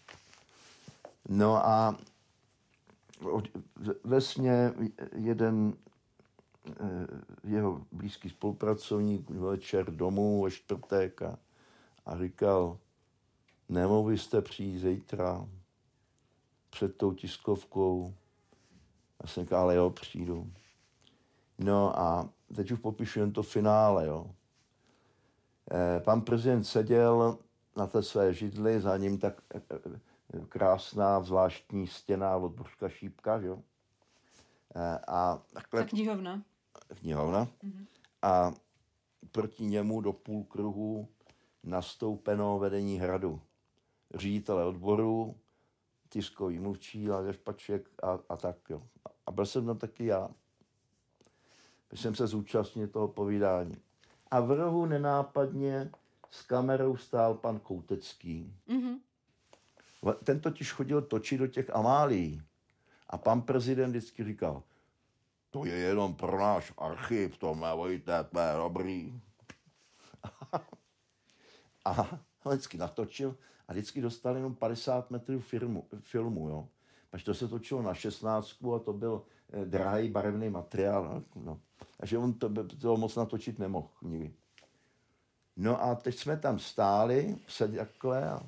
No a vesmě jeden jeho blízký spolupracovník večer domů ve čtvrtek a říkal, nemohli jste přijít zítra před tou tiskovkou. Já jsem říkal, ale jo, přijdu. No a teď už popíšu jen to finále, jo. Pan prezident seděl na té své židli, za ním tak krásná zvláštní stěna od Božka Šípka, jo. A takhle... Knihovna. Mm-hmm. A proti němu do půlkruhu nastoupeno vedení hradu. Ředitele odboru, tiskový mluvčí, Láďa Špaček a tak, jo. A byl jsem tam taky já. Jsem se zúčastnil toho povídání. A v rohu nenápadně s kamerou stál pan Koutecký. Mm-hmm. Ten totiž chodil točit do těch Amálií. A pan prezident vždycky říkal, to je jenom pro náš archiv, to nebojte, to je dobrý. A vždycky natočil a vždycky dostal jenom 50 metrů filmu, jo. Až to se točilo na 16 a to byl drahý barevný materiál. No. Takže on to moc natočit nemohl nikdy. No a teď jsme tam stáli, sedí takhle a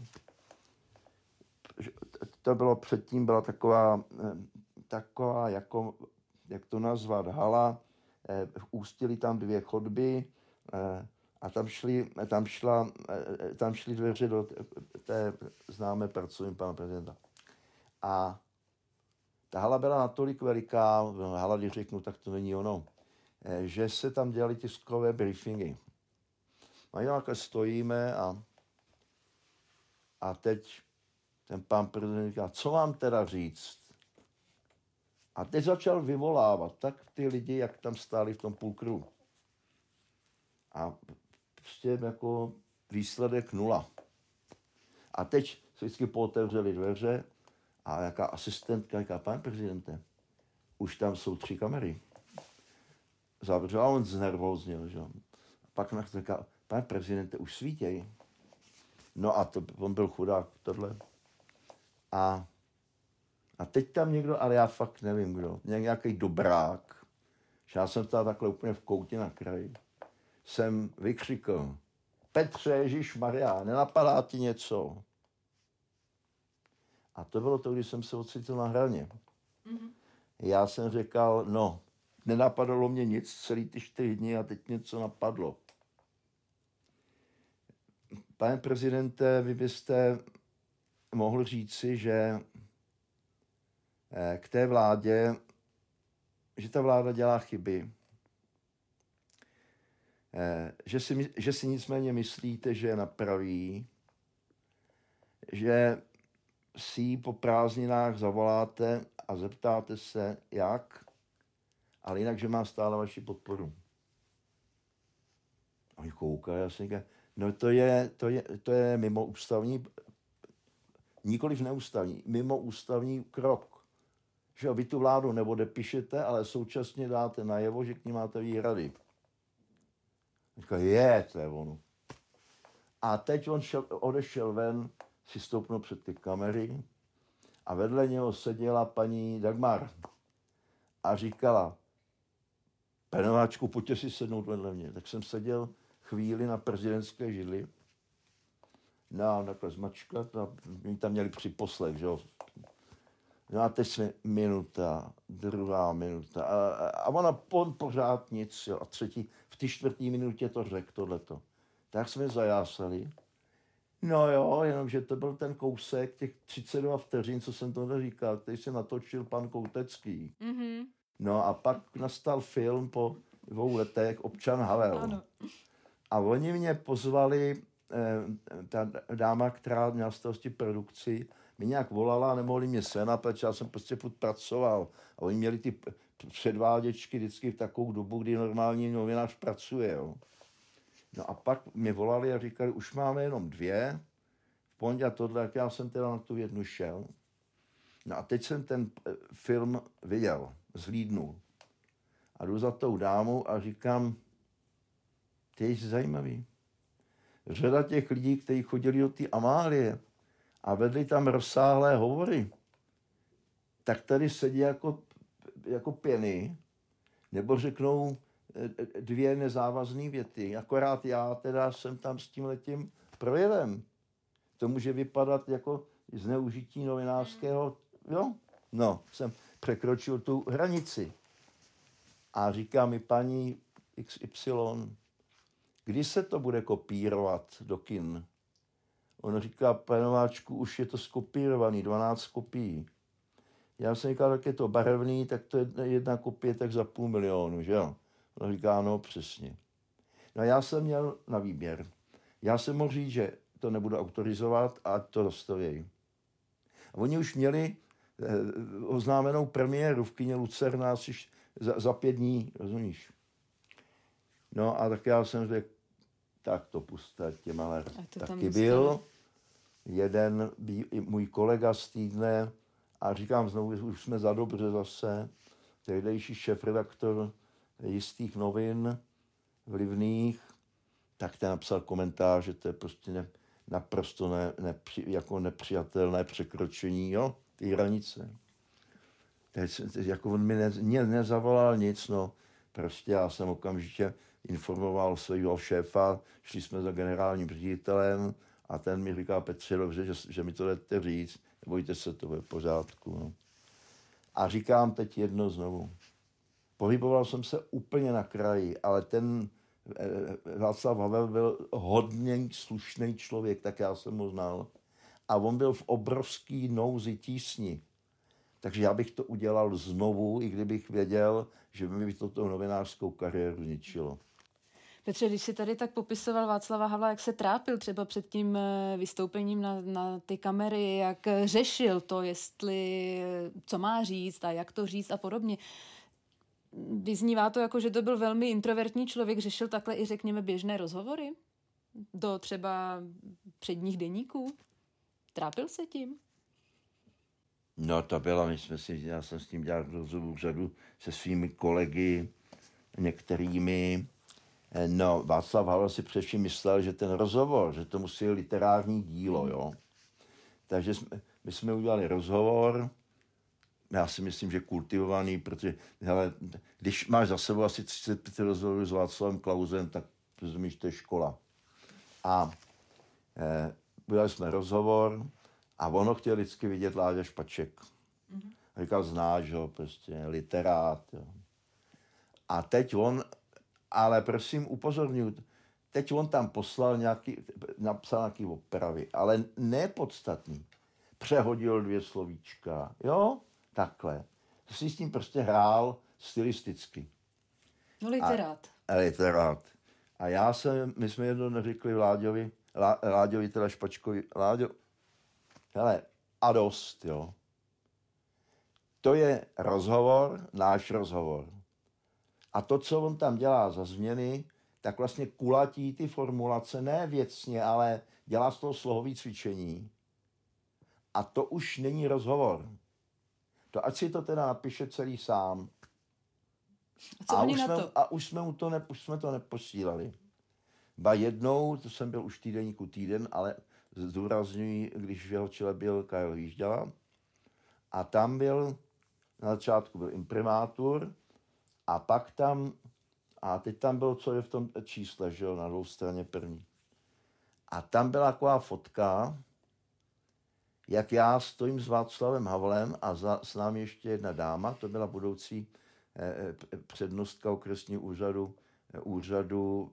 to bylo předtím, byla taková jako, jak to nazvat, hala, ústily tam 2 chodby a tam šly dveře do té známé pracovní pana prezidenta. A ta hala byla natolik veliká, hala, když řeknu, tak to není ono, že se tam dělaly tiskové briefingy. No a takhle stojíme a teď ten pán prezident říká, co vám teda říct? A teď začal vyvolávat tak ty lidi, jak tam stáli v tom půlkruhu. A prostě jako výsledek 0. A teď se vždycky pootevřely dveře a nějaká asistentka říká, pane prezidente, už tam jsou 3 kamery. Zavřel a on znervózněl, že? Pak říká, pane prezidente, už svítěj. No a on byl chudák, tohle. A teď tam někdo, ale já fakt nevím kdo, nějaký dobrák, že já jsem tam takhle úplně v koutě na kraji, jsem vykřikl, Petře, Ježišmarja, nenapadá ti něco? A to bylo to, když jsem se ocitl na hraně. Mm-hmm. Já jsem řekl, no, nenapadalo mě nic celý ty 4 dny a teď něco napadlo. pane prezidente, vy byste mohl říci, že k té vládě, že ta vláda dělá chyby, že si nicméně myslíte, že je napraví, že si ji po prázdninách zavoláte a zeptáte se, jak, ale jinak, že má stále vaši podporu. A oni koukají a si říkají, no to je mimo ústavní, nikoliv neústavní, mimo ústavní krok. Že vy tu vládu neodepíšete, ale současně dáte najevo, že k ní máte výhrady. Říká, to je ono. A teď on odešel ven, si stoupnul před ty kamery a vedle něho seděla paní Dagmar a říkala, pane Nováčku, pojďte si sednout vedle mě. Tak jsem seděl chvíli na prezidentské židli. No, takhle zmačkat a my tam měli připoslech, že jo. No a teď jsme minuta, druhá minuta a ona pořád nic, jo. A třetí, v té čtvrtý minutě to řekl tohleto. Tak jsme zajásali. No jo, jenomže to byl ten kousek, těch 32 vteřin, co jsem tohle říkal, který se natočil pan Koutecký. Mm-hmm. No a pak nastal film po 2 letech Občan Havel. Ano. A oni mě pozvali, ta dáma, která měla starosti produkci, mi nějak volala a nemohli mě senat, protože já jsem prostě furt pracoval. A oni měli ty předváděčky vždycky v takovou dobu, kdy normální novinář pracuje. Jo. No a pak mě volali a říkali, už máme jenom 2, v pondělí tohle, jak já jsem teda na tu 1 šel. No a teď jsem ten film viděl, zhlídnul. A jdu za tou dámou a říkám, to je zajímavý. Řada těch lidí, kteří chodili do té Amálie a vedli tam rozsáhlé hovory, tak tady sedí jako pěny, nebo řeknou 2 nezávazné věty. Akorát já teda jsem tam s tímhletím projevem. To může vypadat jako zneužití novinářského, jo? No, jsem překročil tu hranici. A říká mi paní XY, kdy se to bude kopírovat do kin? On říká, pane Nováčku, už je to skopírovaný, 12 kopií. Já jsem říkal, tak je to barevný, tak to je 1 kopie, tak za 500 000, že jo? On říká, no přesně. No já jsem měl na výběr. Já jsem mohl říct, že to nebudu autorizovat a to zastavějí. A oni už měli oznámenou premiéru v kině Lucerna asi za 5 dní, rozumíš? No a tak já jsem řekl, tak to pusťte, Maler taky byl. Jeden můj kolega z týdne a říkám znovu, už jsme za dobře zase, tehdejší šéfredaktor jistých novin vlivných, tak ten napsal komentář, že to je prostě naprosto jako nepřijatelné překročení, jo, ty hranice. Teď jako on mi nezavolal nic, no, prostě já jsem okamžitě informoval svého šéfa, šli jsme za generálním ředitelem a ten mi říká, Petře, dobře, že mi to jdete říct, nebojte se, to bude v pořádku. No. A říkám teď jedno znovu. Pohyboval jsem se úplně na kraji, ale ten Václav Havel byl hodně slušný člověk, tak já jsem ho znal. A on byl v obrovský nouzi, tísni. Takže já bych to udělal znovu, i kdybych věděl, že by mi to novinářskou kariéru zničilo. Petře, když si tady tak popisoval Václava Havla, jak se trápil třeba před tím vystoupením na ty kamery, jak řešil to, jestli co má říct a jak to říct a podobně. Vyznívá to jako, že to byl velmi introvertní člověk, řešil takhle i řekněme běžné rozhovory do třeba předních deníků. Trápil se tím? No to bylo, já jsem s tím dělal rozhovor řadu se svými kolegy, některými. No, Václav Havel si především myslel, že ten rozhovor, že to musí literární dílo, jo. Takže my jsme udělali rozhovor, já si myslím, že kultivovaný, protože hele, když máš za sebou asi 35 rozhovorů s Václavem Klausem, tak rozumíš, to je škola. A udělali jsme rozhovor a ono chtěl vždycky vidět Láďa Špaček. A říkal, znáš ho, prostě, literát, jo. A teď on, ale prosím upozorňuji, teď on tam napsal nějaký opravy, ale nepodstatný. Přehodil 2 slovíčka, jo, takhle. Si s tím prostě hrál stylisticky. No literát. Literát. A my jsme jednou řekli Láďovi, teda Špačkovi, Láďo, hele, a dost, jo. To je rozhovor, náš rozhovor. A to, co on tam dělá za změny, tak vlastně kulatí ty formulace, ne věcně, ale dělá z toho slohový cvičení. A to už není rozhovor. To ať si to teda napíše celý sám. Už jsme to neposílali. Ba jednou, to jsem byl už týdeníku Týden, ale zdůrazňuji, když v jeho čele byl Karel Výžďala. A tam na začátku byl imprimátur a pak teď tam bylo, co je v tom čísle, že jo, na 2 straně první. A tam byla taková fotka, jak já stojím s Václavem Havlem a s námi ještě jedna dáma, to byla budoucí přednostka okresního úřadu,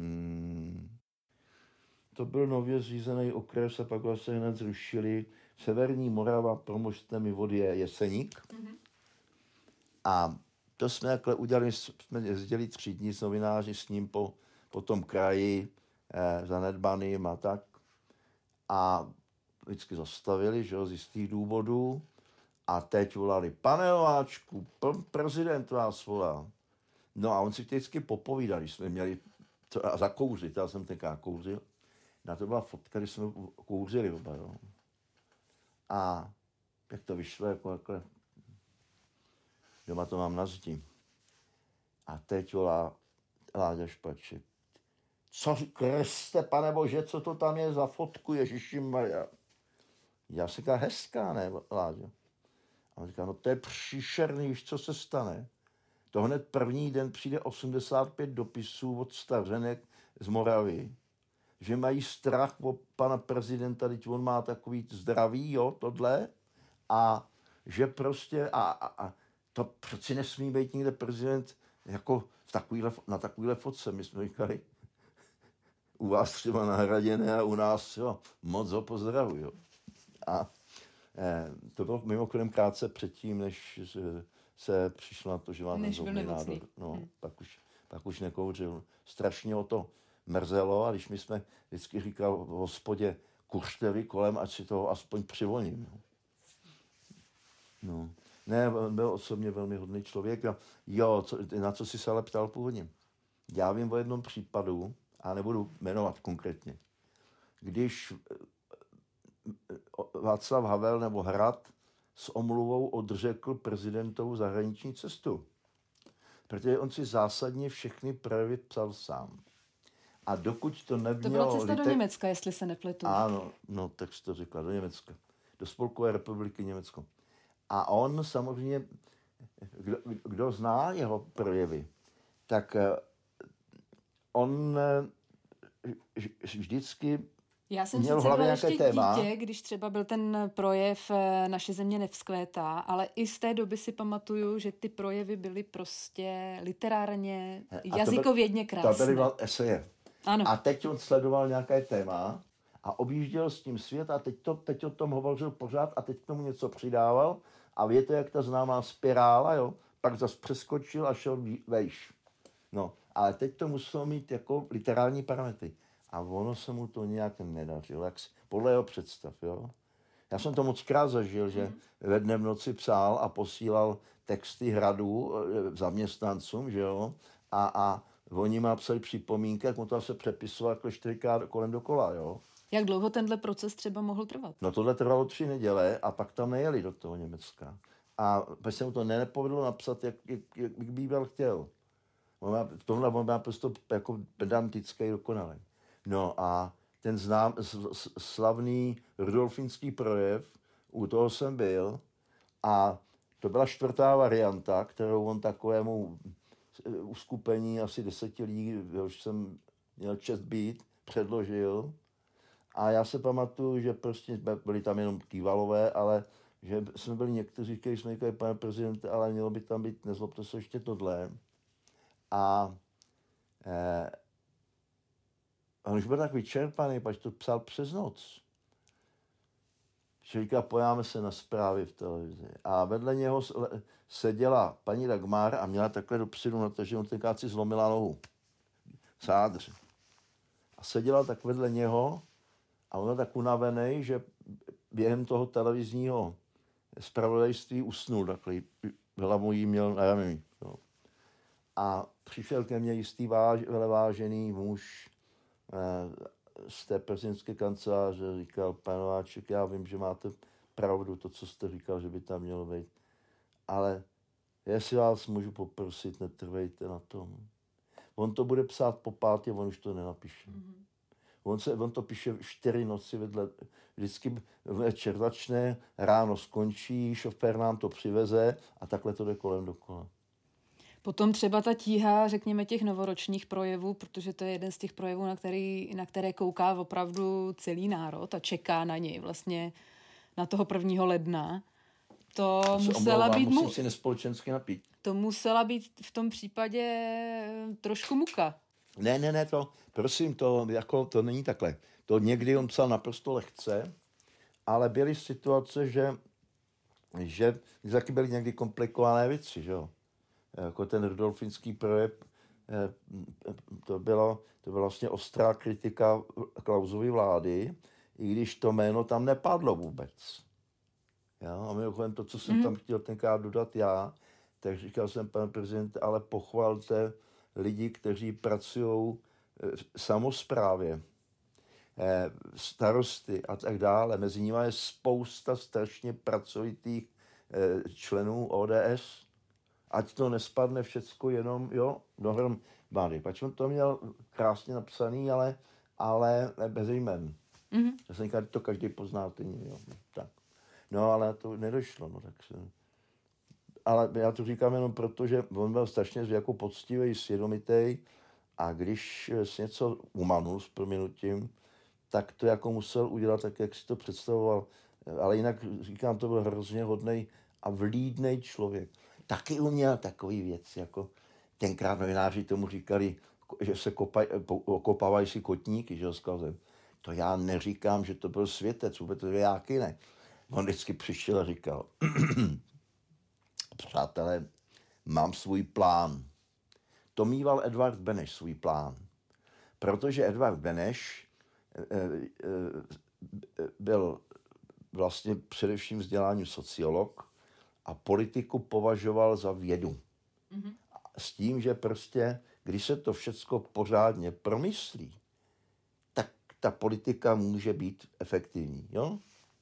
to byl nově zřízený okres a pak vlastně hned zrušili. Severní Morava, promozte mi vody, je Jeseník. Mm-hmm. A to jsme takhle udělali, jsme jezdili 3 dní s novináři s ním po tom kraji zanedbaným a tak. A vždycky zastavili, že jo, z jistých důvodů. A teď volali, pane Nováčku, prezident vás volá. No a on si vždycky popovídal, když jsme měli zakouřit, já jsem tenkrát kouřil. Na to byla fotka, když jsme kouřili oba, jo. A jak to vyšlo, jako takhle. Doma to mám na zdi. A teď volá Láďa Špaček. Co Kriste, pane Bože, co to tam je za fotku, Ježišimarja? Já si říkám, hezká, ne, Láďo? A on říká, no to je příšerný, víš, co se stane? To hned první den přijde 85 dopisů od stařenek z Moravy, že mají strach o pana prezidenta, teď on má takový zdravý, jo, tohle, a že prostě, a to přeci nesmí být nikde prezident jako na takovýhle fotce. My jsme říkali, u vás třeba na Hradě ne a u nás, jo, moc ho pozdravuji, jo. A to bylo mimochodem krátce předtím, než se přišlo na to, že má ten zubný nádor. No, pak už nekouřil. Strašně o to mrzelo a když my jsme vždycky říkal v hospodě, kuřte vy kolem, ať si toho aspoň přivolím. No. Ne, on byl osobně velmi hodný člověk. A jo, na co jsi se ale ptal původně? Já vím o jednom případu, a nebudu jmenovat konkrétně. Když Václav Havel nebo Hrad s omluvou odřekl prezidentovu zahraniční cestu. Protože on si zásadně všechny projevy psal sám. A dokud to nemělo... To byla cesta do Německa, jestli se nepletu. Ano, no, tak jsi to řekla, do Německa. Do Spolkové republiky Německo. A on samozřejmě, kdo zná jeho projevy, tak on vždycky já jsem sice byla ještě dítě, když třeba byl ten projev Naše země nevzkvétá, ale i z té doby si pamatuju, že ty projevy byly prostě literárně, jazykovědně krásné. To byly eseje. Ano. A teď on sledoval nějaké téma a objížděl s tím svět a teď o tom hovořil pořád a teď k tomu něco přidával a víte, jak ta známá spirála, jo? Pak zase přeskočil a šel vejš. No, ale teď to muselo mít jako literární parametry. A ono se mu to nějak nedařilo, podle jeho představ, jo. Já jsem to moc krát zažil, že ve dne v noci psal a posílal texty Hradu zaměstnancům, že jo, a oni má psali připomínky, jak mu to se přepisoval jako 4krát kolem dokola, jo. Jak dlouho tenhle proces třeba mohl trvat? No tohle trvalo 3 neděle a pak tam nejeli do toho Německa. A pak se mu to nepovedlo napsat, jak by byl chtěl. V tomhle on má prostě jako pedantický dokonalý. No a ten slavný rudolfínský projev, u toho jsem byl a to byla 4. varianta, kterou on takovému uskupení asi 10 lidí, už jsem měl čest být, předložil. A já se pamatuju, že prostě byli tam jenom kývalové, ale že jsme byli někteří, kteří jsme říkali, pane prezidente, ale mělo by tam být, nezlobte se ještě tohle. A on už byl tak vyčerpaný, pač to psal přes noc. Že říkal, pojáme se na zprávy v televizi. A vedle něho seděla paní Dagmar a měla takhle dopředu nataženou, tenkrát si zlomila nohu. Sádře. A seděla tak vedle něho a on byl tak unavený, že během toho televizního zpravodajství usnul, takhle hlavu jí měl na rameni. No. A přišel ke mně jistý velevážený muž z té prezidentské kanceláře, říkal, pane Nováček, já vím, že máte pravdu, to, co jste říkal, že by tam mělo být, ale jestli vás můžu poprosit, netrvejte na tom. On to bude psát po pátě, on už to nenapíše. On to píše 4 noci vedle, vždycky večer začne, ráno skončí, šofér nám to přiveze a takhle to jde kolem dokola. Potom třeba ta tíha, řekněme, těch novoročních projevů, protože to je jeden z těch projevů, na které kouká opravdu celý národ a čeká na něj vlastně na toho 1. ledna. To musela být musím si nespolečensky napít. To musela být v tom případě trošku muka. Ne, to není takhle. To někdy on psal naprosto lehce, ale byly situace, že taky byly někdy komplikované věci, že jo. Jako ten rudolfinský projev, to byla vlastně ostrá kritika Klausovy vlády, i když to jméno tam nepadlo vůbec. Jo? A mimochodem to, co jsem tam chtěl tenkrát dodat já, tak říkal jsem, pane prezidente, ale pochvalte lidi, kteří pracují v samosprávě, starosty a tak dále. Mezi nimi je spousta strašně pracovitých členů ODS. Ať to nespadne všecko jenom, dohromady. Pač on to měl krásně napsaný, ale bez jmen. Já jsem říkal, to každý pozná, tak. No, ale to nedošlo, ale já to říkám jenom proto, že on byl strašně jako poctivý, svědomitý a když si něco umanul s prominutím, tak to jako musel udělat tak, jak si to představoval. Ale jinak říkám, to byl hrozně hodnej a vlídnej člověk. Taky uměl takový věc, jako tenkrát novináři tomu říkali, že se okopávají si kotníky, že ho skazem. To já neříkám, že to byl světec, vůbec to jáky ne. On vždycky přišel a říkal, přátelé, mám svůj plán. To mýval Edvard Beneš svůj plán. Protože Edvard Beneš byl vlastně především vzděláním sociolog a politiku považoval za vědu. S tím, že prostě, když se to všecko pořádně promyslí, tak ta politika může být efektivní. Jo?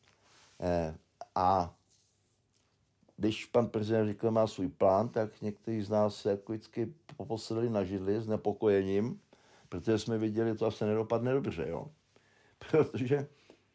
A když pan prezident říkal, má svůj plán, tak někteří z nás se jako vždycky poposedli na židli s nepokojením, protože jsme viděli, že to asi nedopadne dobře. Jo? Protože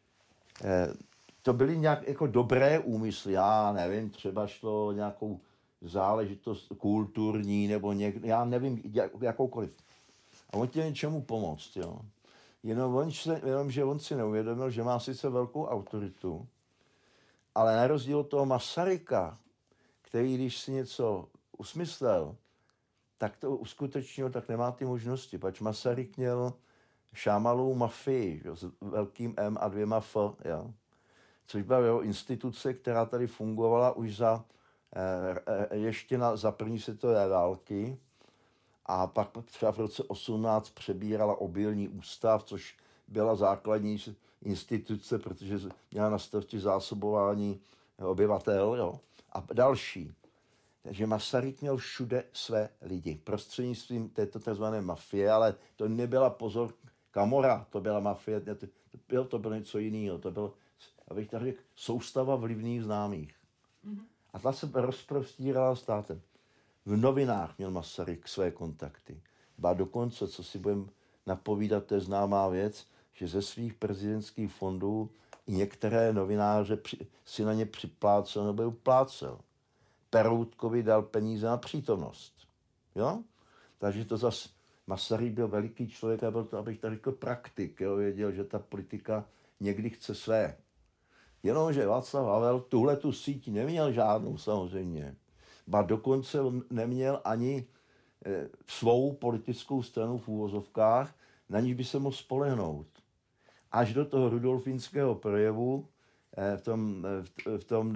to byly nějak jako dobré úmysly. Já nevím, třeba šlo nějakou záležitost kulturní nebo já nevím, jakoukoliv. A on chtěl něčemu pomoct. Jo? Jenom, že on si neuvědomil, že má sice velkou autoritu, ale na rozdíl od toho Masaryka, který, když si něco usmyslel, tak to uskutečnil, tak nemá ty možnosti. Pač Masaryk měl šámalou mafii, jo, s velkým M a 2 F, jo. Což byla jeho instituce, která tady fungovala už ještě za první světové války a pak třeba v roce 18 přebírala obilní ústav, což byla základní instituce, protože měla na starosti zásobování obyvatel, jo, a další. Takže Masaryk měl všude své lidi prostřednictvím této tzv. Mafie, ale to nebyla, pozor, Kamora, to byla mafie, to bylo něco jiného, to bylo, abych tak řekl, soustava vlivných známých. A ta se rozprostírala státem. V novinách měl Masaryk své kontakty. Ba dokonce, co si budeme napovídat, to je známá věc, že ze svých prezidentských fondů i některé novináře si na ně připlácel nebo je uplácel. Peroutkovi dal peníze na přítomnost. Jo? Takže to zase Masaryk byl veliký člověk a byl to, abych tak řekl, praktik. Jo? Věděl, že ta politika někdy chce své. Jenomže Václav Havel tuhletu síť neměl žádnou samozřejmě. Ba dokonce neměl ani svou politickou stranu v úvozovkách, na níž by se mohl spolehnout. Až do toho rudolfínského projevu v tom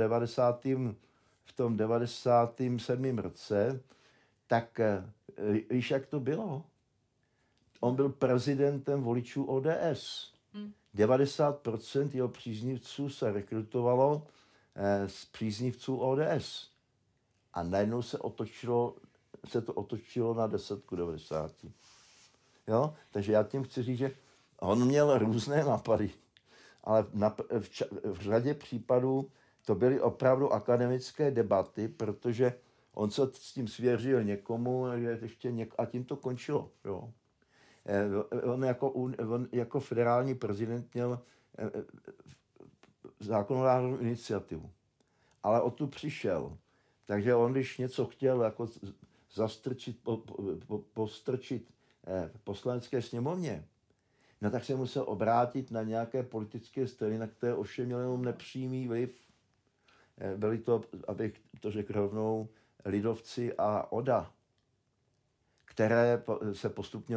97. roce, tak víš, jak to bylo? On byl prezidentem voličů ODS. 90% jeho příznivců se rekrutovalo z příznivců ODS. A najednou se to otočilo na 10:90. Jo? Takže já tím chci říct, že on měl různé nápady, ale v řadě případů to byly opravdu akademické debaty, protože on se s tím svěřil někomu a tím to končilo. Jo? On jako federální prezident měl zákonodárnou iniciativu, ale o tu přišel. Takže on, když něco chtěl jako postrčit v poslanecké sněmovně, no tak se musel obrátit na nějaké politické strany, na které ovšem měl jenom nepřímý vliv. Byli to, abych to řekl rovnou, lidovci a ODA, které se postupně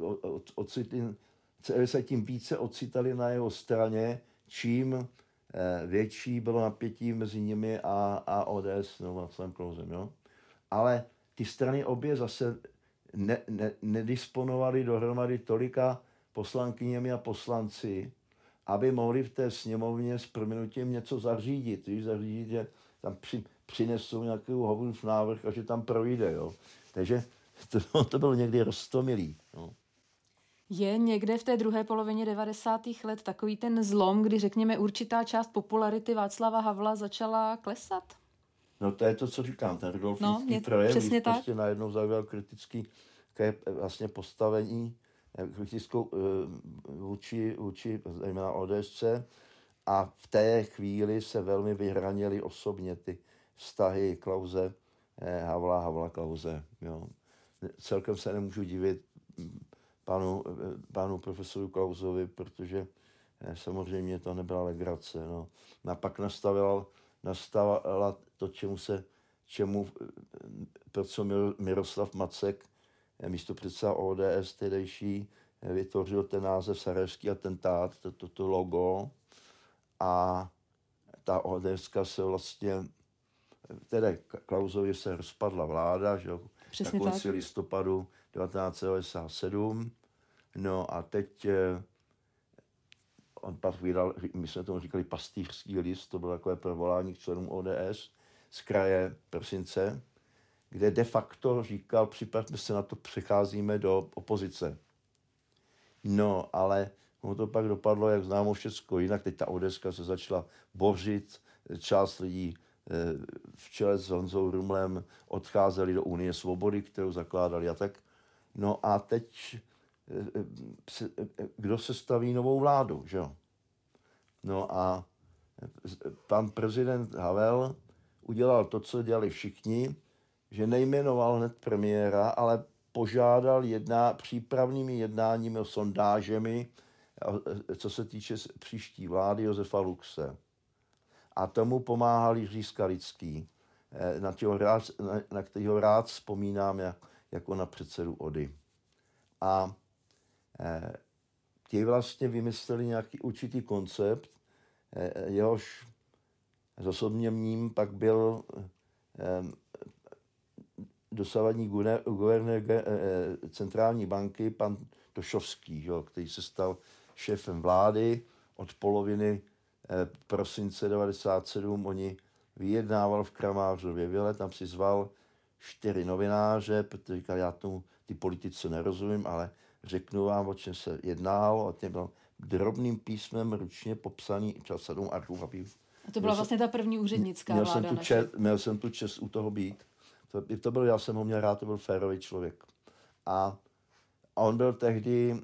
se tím více ocitali na jeho straně, čím větší bylo napětí mezi nimi a ODS, no Václavem Klausem, jo. Ale ty strany obě zase nedisponovaly dohromady tolika poslankyněmi a poslanci, aby mohli v té sněmovně s prominutím něco zařídit. Víš, zařídit, že tam přinesou nějaký Havlův návrh a že tam projde, jo. Takže to bylo někdy roztomilý, no. Je někde v té druhé polovině 90. let takový ten zlom, kdy řekněme určitá část popularity Václava Havla začala klesat? No to je to, co říkám, ten rudolfínský projev, když prostě najednou zaujal kritický vlastně postavení, kritickou vůči zejména ODS, a v té chvíli se velmi vyhranily osobně ty vztahy Klause, Havla Klause. Jo. Celkem se nemůžu divit panu profesoru Klausovi, protože samozřejmě to nebyla legrace. No. A pak nastavila to, pro co Miroslav Macek, místopředseda ODS tehdejší, vytvořil ten název Sarajevský atentát, toto logo, a ta ODSka se vlastně, tedy Klausovi se rozpadla vláda, že jo, na konci listopadu 1997, no a teď on pak vydal, my jsme tomu říkali pastýřský list, to bylo takové provolání k členům ODS z kraje prosince, kde de facto říkal, připravme se na to, přecházíme do opozice. No, ale ono to pak dopadlo, jak známo, všecko jinak. Teď ta ODSka se začala bořit, část lidí v čele s Honzou Rumlem odcházeli do Unie svobody, kterou zakládali a tak. No a teď kdo se staví novou vládu, že jo? No a pan prezident Havel udělal to, co dělali všichni, že nejmenoval hned premiéra, ale požádal přípravnými jednáními o sondážemi, co se týče příští vlády Josefa Luxe. A tomu pomáhal Jiří Skalický, na kterého rád vzpomínám jako na předsedu ODY. A ti vlastně vymysleli nějaký určitý koncept, jehož zosobněním pak byl dosavadní guvernér centrální banky, pan Tošovský, jo, který se stal šéfem vlády od poloviny prosince 1997. Oni vyjednával v Kramářově vile, tam si zval 4 novináře, protože říkal, já tomu ty politice nerozumím, ale řeknu vám, o čem se jednalo, a tím byl drobným písmem ručně popsaný časadům archův. A to byla vlastně ta první úřednická vláda naše. Měl jsem tu čest u toho být. To byl, já jsem ho měl rád, to byl férový člověk. A on byl tehdy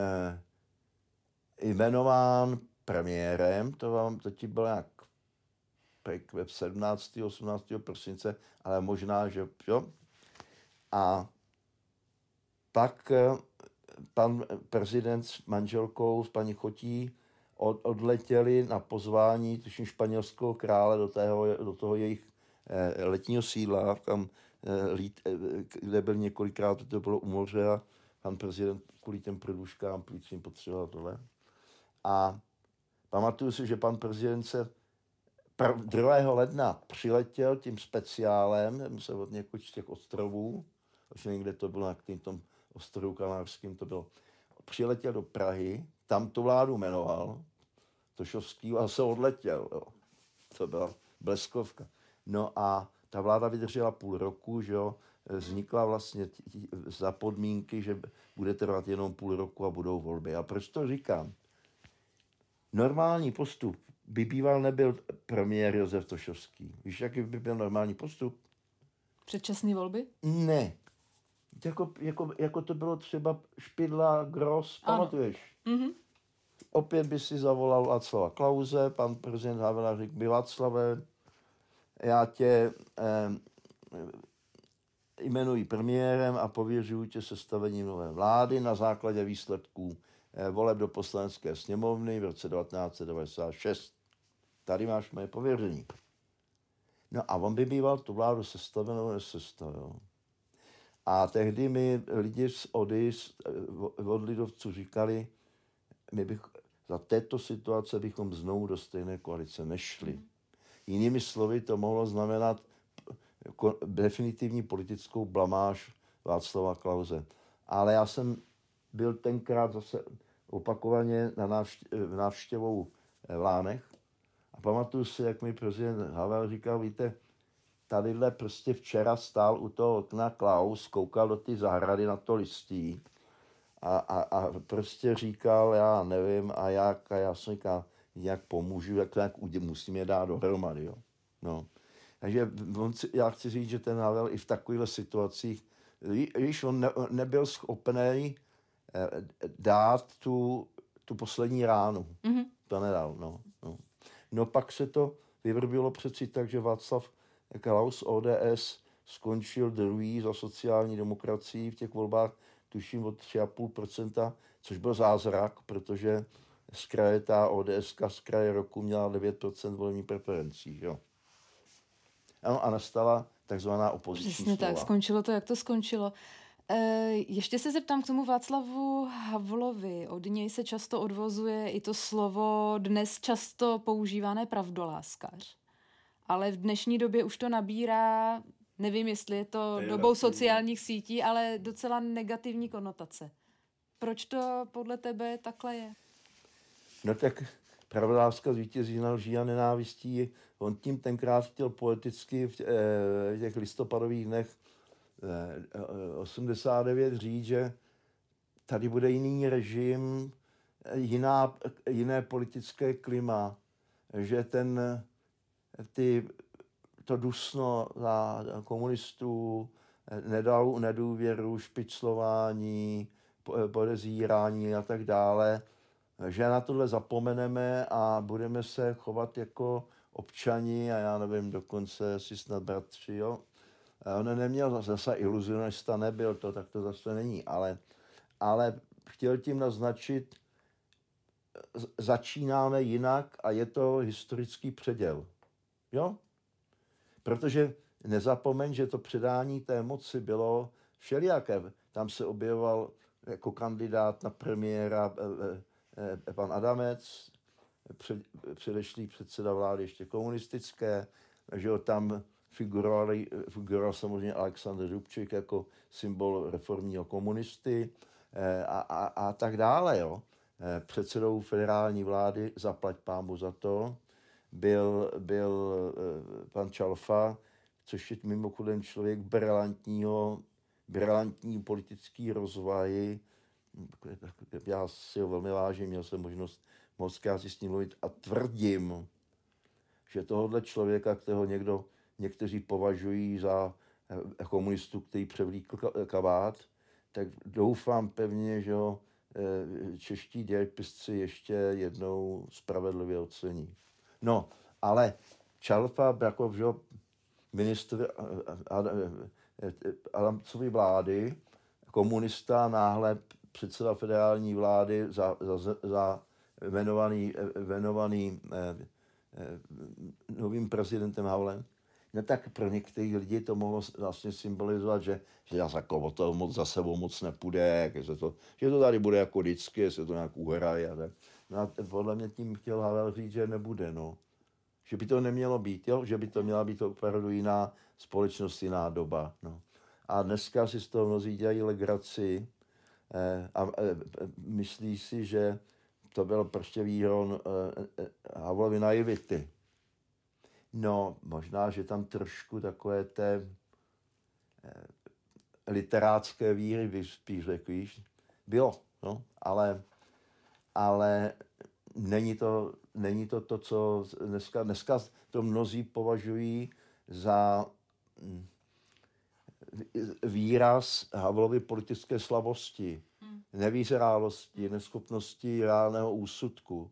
jmenován premiérem, to ti bylo jak ve 17. 18. prosince, ale možná, že jo. A pak pan prezident s manželkou, s paní Chotí, odletěli na pozvání tuším španělského krále do toho jejich letního sídla, kde byl několikrát, to bylo u moře, a pan prezident kvůli těm průduškám plícím potřeboval tohle. A pamatuju si, že pan prezident se 2. ledna přiletěl tím speciálem, se od někud z těch ostrovů, až někde to bylo, na tom ostrovu Kanárským to bylo, přiletěl do Prahy, tam tu vládu jmenoval, Tošovský, a se odletěl. Jo. To byla bleskovka. No a ta vláda vydržela půl roku, že jo, vznikla vlastně za podmínky, že bude trvat jenom půl roku a budou volby. A proč to říkám? Normální postup by býval nebyl premiér Josef Tošovský. Víš, jaký by byl normální postup? Předčasné volby? Ne. Jako to bylo třeba Špidla, Gross, pamatuješ? Mm-hmm. Opět by si zavolal Václava Klause, pan prezident Havel řekl by Václave, já tě jmenuji premiérem a pověřuji tě sestavením nové vlády na základě výsledků voleb do poslanecké sněmovny v roce 1996. Tady máš moje pověření. No a on by býval tu vládu sestavenou nesestavil. A tehdy mi lidi z ODS, od lidovců říkali, my bych za této situace bychom znovu do stejné koalice nešli. Jinými slovy to mohlo znamenat definitivní politickou blamáž Václava Klause. Ale já jsem byl tenkrát zase opakovaně na návštěvou v Lánech a pamatuju si, jak mi prezident Havel říkal, víte, tadyhle prostě včera stál u toho okna Klaus, koukal do ty zahrady na to listí a prostě říkal, já nevím, a já jsem říkal, jak pomůžu, jak musím je dát dohromady. Jo. No. Takže já chci říct, že ten Havel i v takovýchhle situacích, když on nebyl schopný dát tu poslední ránu. Mm-hmm. To nedal, no. No pak se to vyvrbilo přeci tak, že Václav Klaus ODS skončil druhý za sociální demokracii v těch volbách, tuším od 3,5%, což byl zázrak, protože z kraje ta ODSka z kraje roku měla 9% volební preferencí. Jo. Ano, a nastala takzvaná opoziční Přesně slova. Tak, skončilo to, jak to skončilo. Ještě se zeptám k tomu Václavu Havlovi. Od něj se často odvozuje i to slovo dnes často používané pravdoláskař. Ale v dnešní době už to nabírá, nevím, jestli je to dobou sociálních sítí, ale docela negativní konotace. Proč to podle tebe takhle je? No tak pravdoláskař zvítězí na lží a nenávistí. On tím tenkrát chtěl politicky v těch listopadových dnech 89 říct, že tady bude jiný režim, jiné politické klima, že to dusno za komunistů, nedůvěru, špiclování, podezírání a tak dále, že na tohle zapomeneme a budeme se chovat jako občani a já nevím, dokonce si snad bratři, jo. On neměl zase iluzionista, nebyl to, tak to zase není, ale chtěl tím naznačit, začínáme jinak a je to historický předěl. Jo? Protože nezapomeň, že to předání té moci bylo všelijaké. Tam se objevoval jako kandidát na premiéra pan Adamec, předešlý předseda vlády ještě komunistické, že jo, tam figuroval samozřejmě Alexander Dubček jako symbol reformního komunisty a tak dále. Jo. Předsedou federální vlády, zaplať pámu za to, byl pan Čalfa, což je mimochodem člověk brilantní politický rozvoj. Já si ho velmi vážím, měl jsem možnost mockrát si s ním mluvit a tvrdím, že tohohle člověka, kterého někteří považují za komunistu, který převlíkl kabát, tak doufám pevně, že ho čeští dějepisci ještě jednou spravedlivě ocení. No, ale Čalfa jako ministr Adamcovy vlády, komunista, náhle předseda federální vlády za jmenovaný novým prezidentem Havlem, No tak pro některé lidi to mohlo vlastně symbolizovat, že já jako o to moc za sebou moc nepůjde, že to tady bude jako vždycky, jestli to nějak uhraje a tak. No a podle mě tím chtěl Havel říct, že nebude, no. Že by to nemělo být, jo? Že by to měla být opravdu jiná společnost, jiná doba, no. A dneska si z toho mnozí dělají legraci a myslí si, že to byl prostě výhon Havlovy naivity. No, možná, že tam trošku takové té literácké víry by spíš řekl, víš, bylo, no, ale není to, co dneska to mnozí považují za výraz Havlovy politické slabosti, nevyzrálosti, neschopnosti reálného úsudku.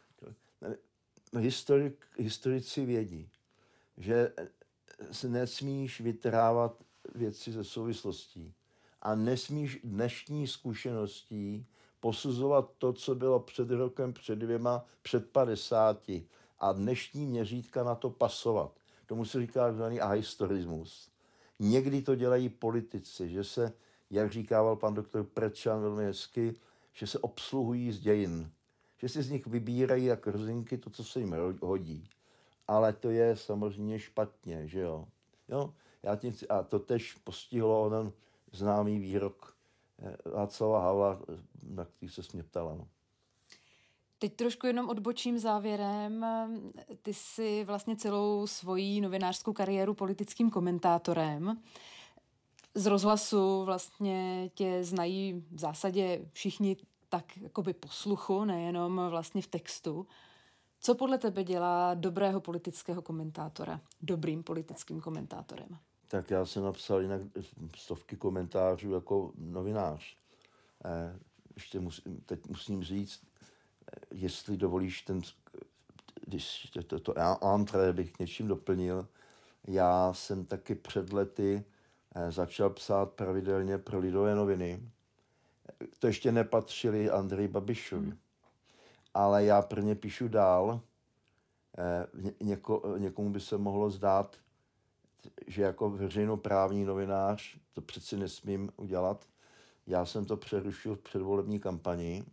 Historici vědí, že nesmíš vytrávat věci ze souvislostí a nesmíš dnešní zkušeností posuzovat to, co bylo před rokem, před 2, před 50 a dnešní měřítka na to pasovat. Tomu se říká takzvaný ahistorismus. Někdy to dělají politici, že se, jak říkával pan doktor Prečan velmi hezky, že se obsluhují z dějin. Že si z nich vybírají jak rozinky to, co se jim hodí. Ale to je samozřejmě špatně, že jo. A to tež postihlo onen známý výrok Václava Havla, na který se mě ptala. No. Teď trošku jenom odbočím závěrem. Ty jsi vlastně celou svoji novinářskou kariéru politickým komentátorem. Z rozhlasu vlastně tě znají v zásadě všichni tak jakoby po sluchu, nejenom vlastně v textu. Co podle tebe dělá dobrého politického komentátora, dobrým politickým komentátorem? Tak já jsem napsal jinak stovky komentářů jako novinář. Ještě teď musím říct, jestli dovolíš to entré bych něčím doplnil. Já jsem taky před lety začal psát pravidelně pro Lidové noviny. To ještě nepatřili Andreji Babišovi. Ale já pro ně píšu dál. Někomu by se mohlo zdát, že jako veřejnoprávní novinář to přeci nesmím udělat. Já jsem to přerušil v předvolební kampani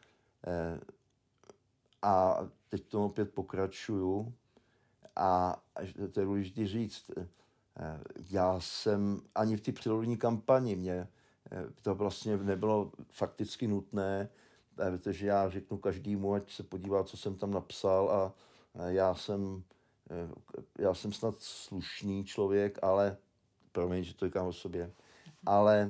a teď tomu opět pokračuju. A to je důležité říct, já jsem ani v té předvolební kampani, mě to vlastně nebylo fakticky nutné, protože já řeknu každému, ať se podívá, co jsem tam napsal a já jsem snad slušný člověk, ale promiň, že to říkám o sobě, ale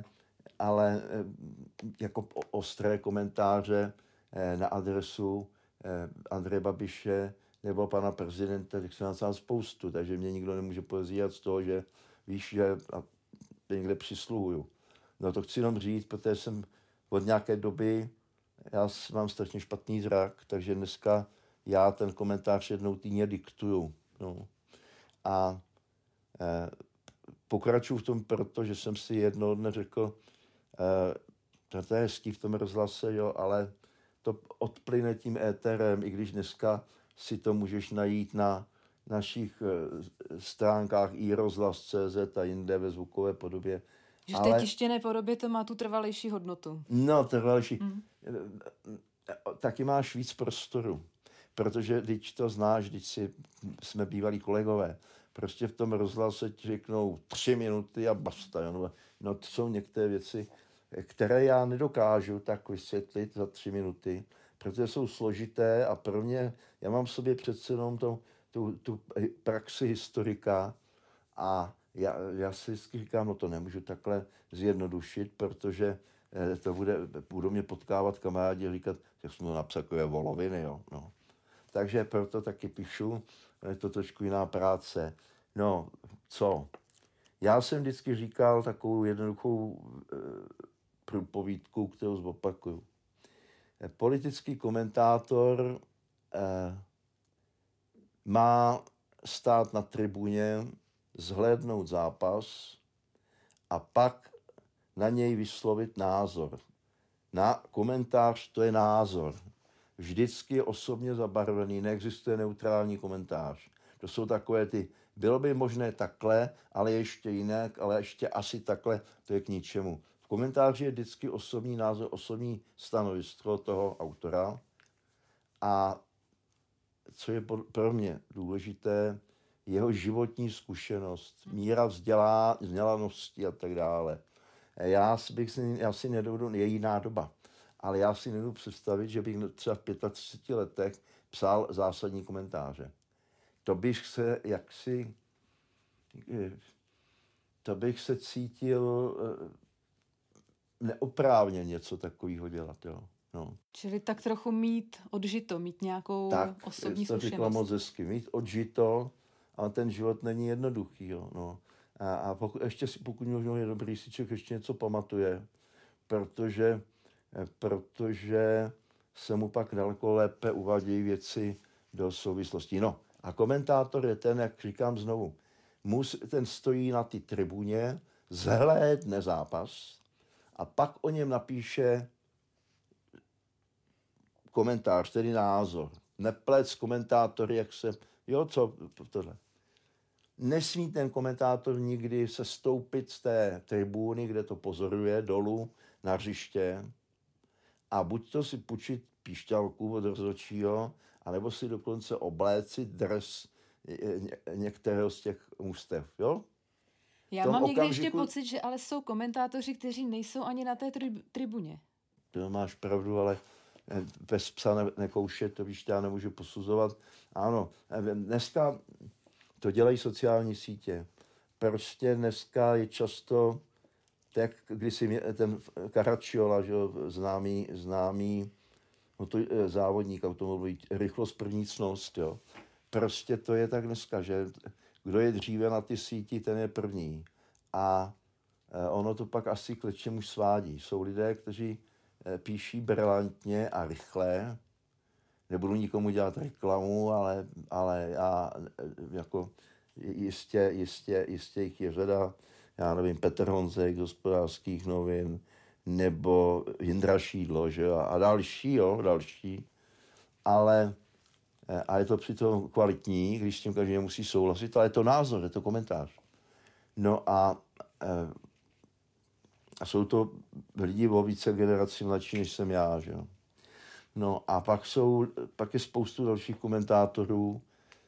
jako ostré komentáře na adresu Andreje Babiše nebo pana prezidenta, tak se napsal spoustu, takže mě nikdo nemůže podezírat z toho, že víš, že někde přisluhuju. No to chci jenom říct, protože jsem od nějaké doby, já mám strašně špatný zrak, takže dneska já ten komentář jednou týdně diktuju. No. A pokračuju v tom, protože jsem si jednoho dne řekl, to je hezký v tom rozhlase, jo, ale to odplyne tím éterem, i když dneska si to můžeš najít na našich stránkách iRozhlas.cz a jinde ve zvukové podobě. Že v té tištěné podobě to má tu trvalejší hodnotu. No, trvalejší. Taky máš víc prostoru, protože když to znáš, když jsme bývalí kolegové, prostě v tom rozhlase ti řeknou 3 minuty a basta. Jo? No to jsou některé věci, které já nedokážu tak vysvětlit za 3 minuty, protože jsou složité a pro mě, já mám v sobě přece jenom tu praxi historika a já si vždycky říkám, no to nemůžu takhle zjednodušit, protože budou mě potkávat kamarádi a říkat, že jsme napsat takové voloviny, jo. No. Takže proto taky píšu, je to trošku jiná práce. No, co? Já jsem vždycky říkal takovou jednoduchou průpovídku, kterou zopakuju. Politický komentátor má stát na tribuně, zhlédnout zápas a pak na něj vyslovit názor. Komentář to je názor. Vždycky je osobně zabarvený, neexistuje neutrální komentář. To jsou takové ty Bylo by možné takhle, ale ještě jinak, ale ještě asi takhle, to je k ničemu. V komentáři je vždycky osobní názor, osobní stanovisko toho autora a co je pro mě důležité, jeho životní zkušenost, míra vzdělanosti a tak dále. Já si nedovedu, je jiná doba, ale já si nedovedu představit, že bych třeba v 35 letech psal zásadní komentáře. To bych se cítil neoprávně něco takového dělat, jo. No. Čili tak trochu mít odžito, mít nějakou osobní zkušenost. Tak, to řekla moc hezky, mít odžito, ale ten život není jednoduchý, jo. No. A pokud možná je dobrý, si člověk ještě něco pamatuje, protože se mu pak daleko lépe uvádějí věci do souvislostí. No a komentátor je ten, jak říkám znovu, ten stojí na té tribuně, zhlédne zápas a pak o něm napíše komentář, tedy názor. Neplec komentátory, jak se, tohle. Nesmí ten komentátor nikdy se stoupit z té tribuny, kde to pozoruje, dolů na hřiště a buď to si půjčit píšťalku od rozhodčího, anebo si dokonce oblécit dres některého z těch mužstev, jo? Já mám někdy ještě pocit, že ale jsou komentátoři, kteří nejsou ani na té tribuně. To máš pravdu, ale bez psa nekoušet, to víš, já nemůžu posuzovat. Ano, dneska to dělají sociální sítě. Prostě dneska je často, tak kdysi ten Caracciola, že známý závodník automobilový, rychlost první ctnost, jo. Prostě to je tak dneska, že kdo je dříve na ty síti, ten je první. A ono to pak asi k něčemu svádí. Jsou lidé, kteří píší brilantně a rychle. Nebudu nikomu dělat reklamu, ale já jako jistě jich je řada. Já nevím, Petr Honzek z Hospodářských novin, nebo Jindra Šídlo, že? A další. Ale a je to přitom kvalitní, když s tím každý musí souhlasit, ale je to názor, je to komentář. No a jsou to lidi o více generací mladší, než jsem já, že jo. No a pak je spoustu dalších komentátorů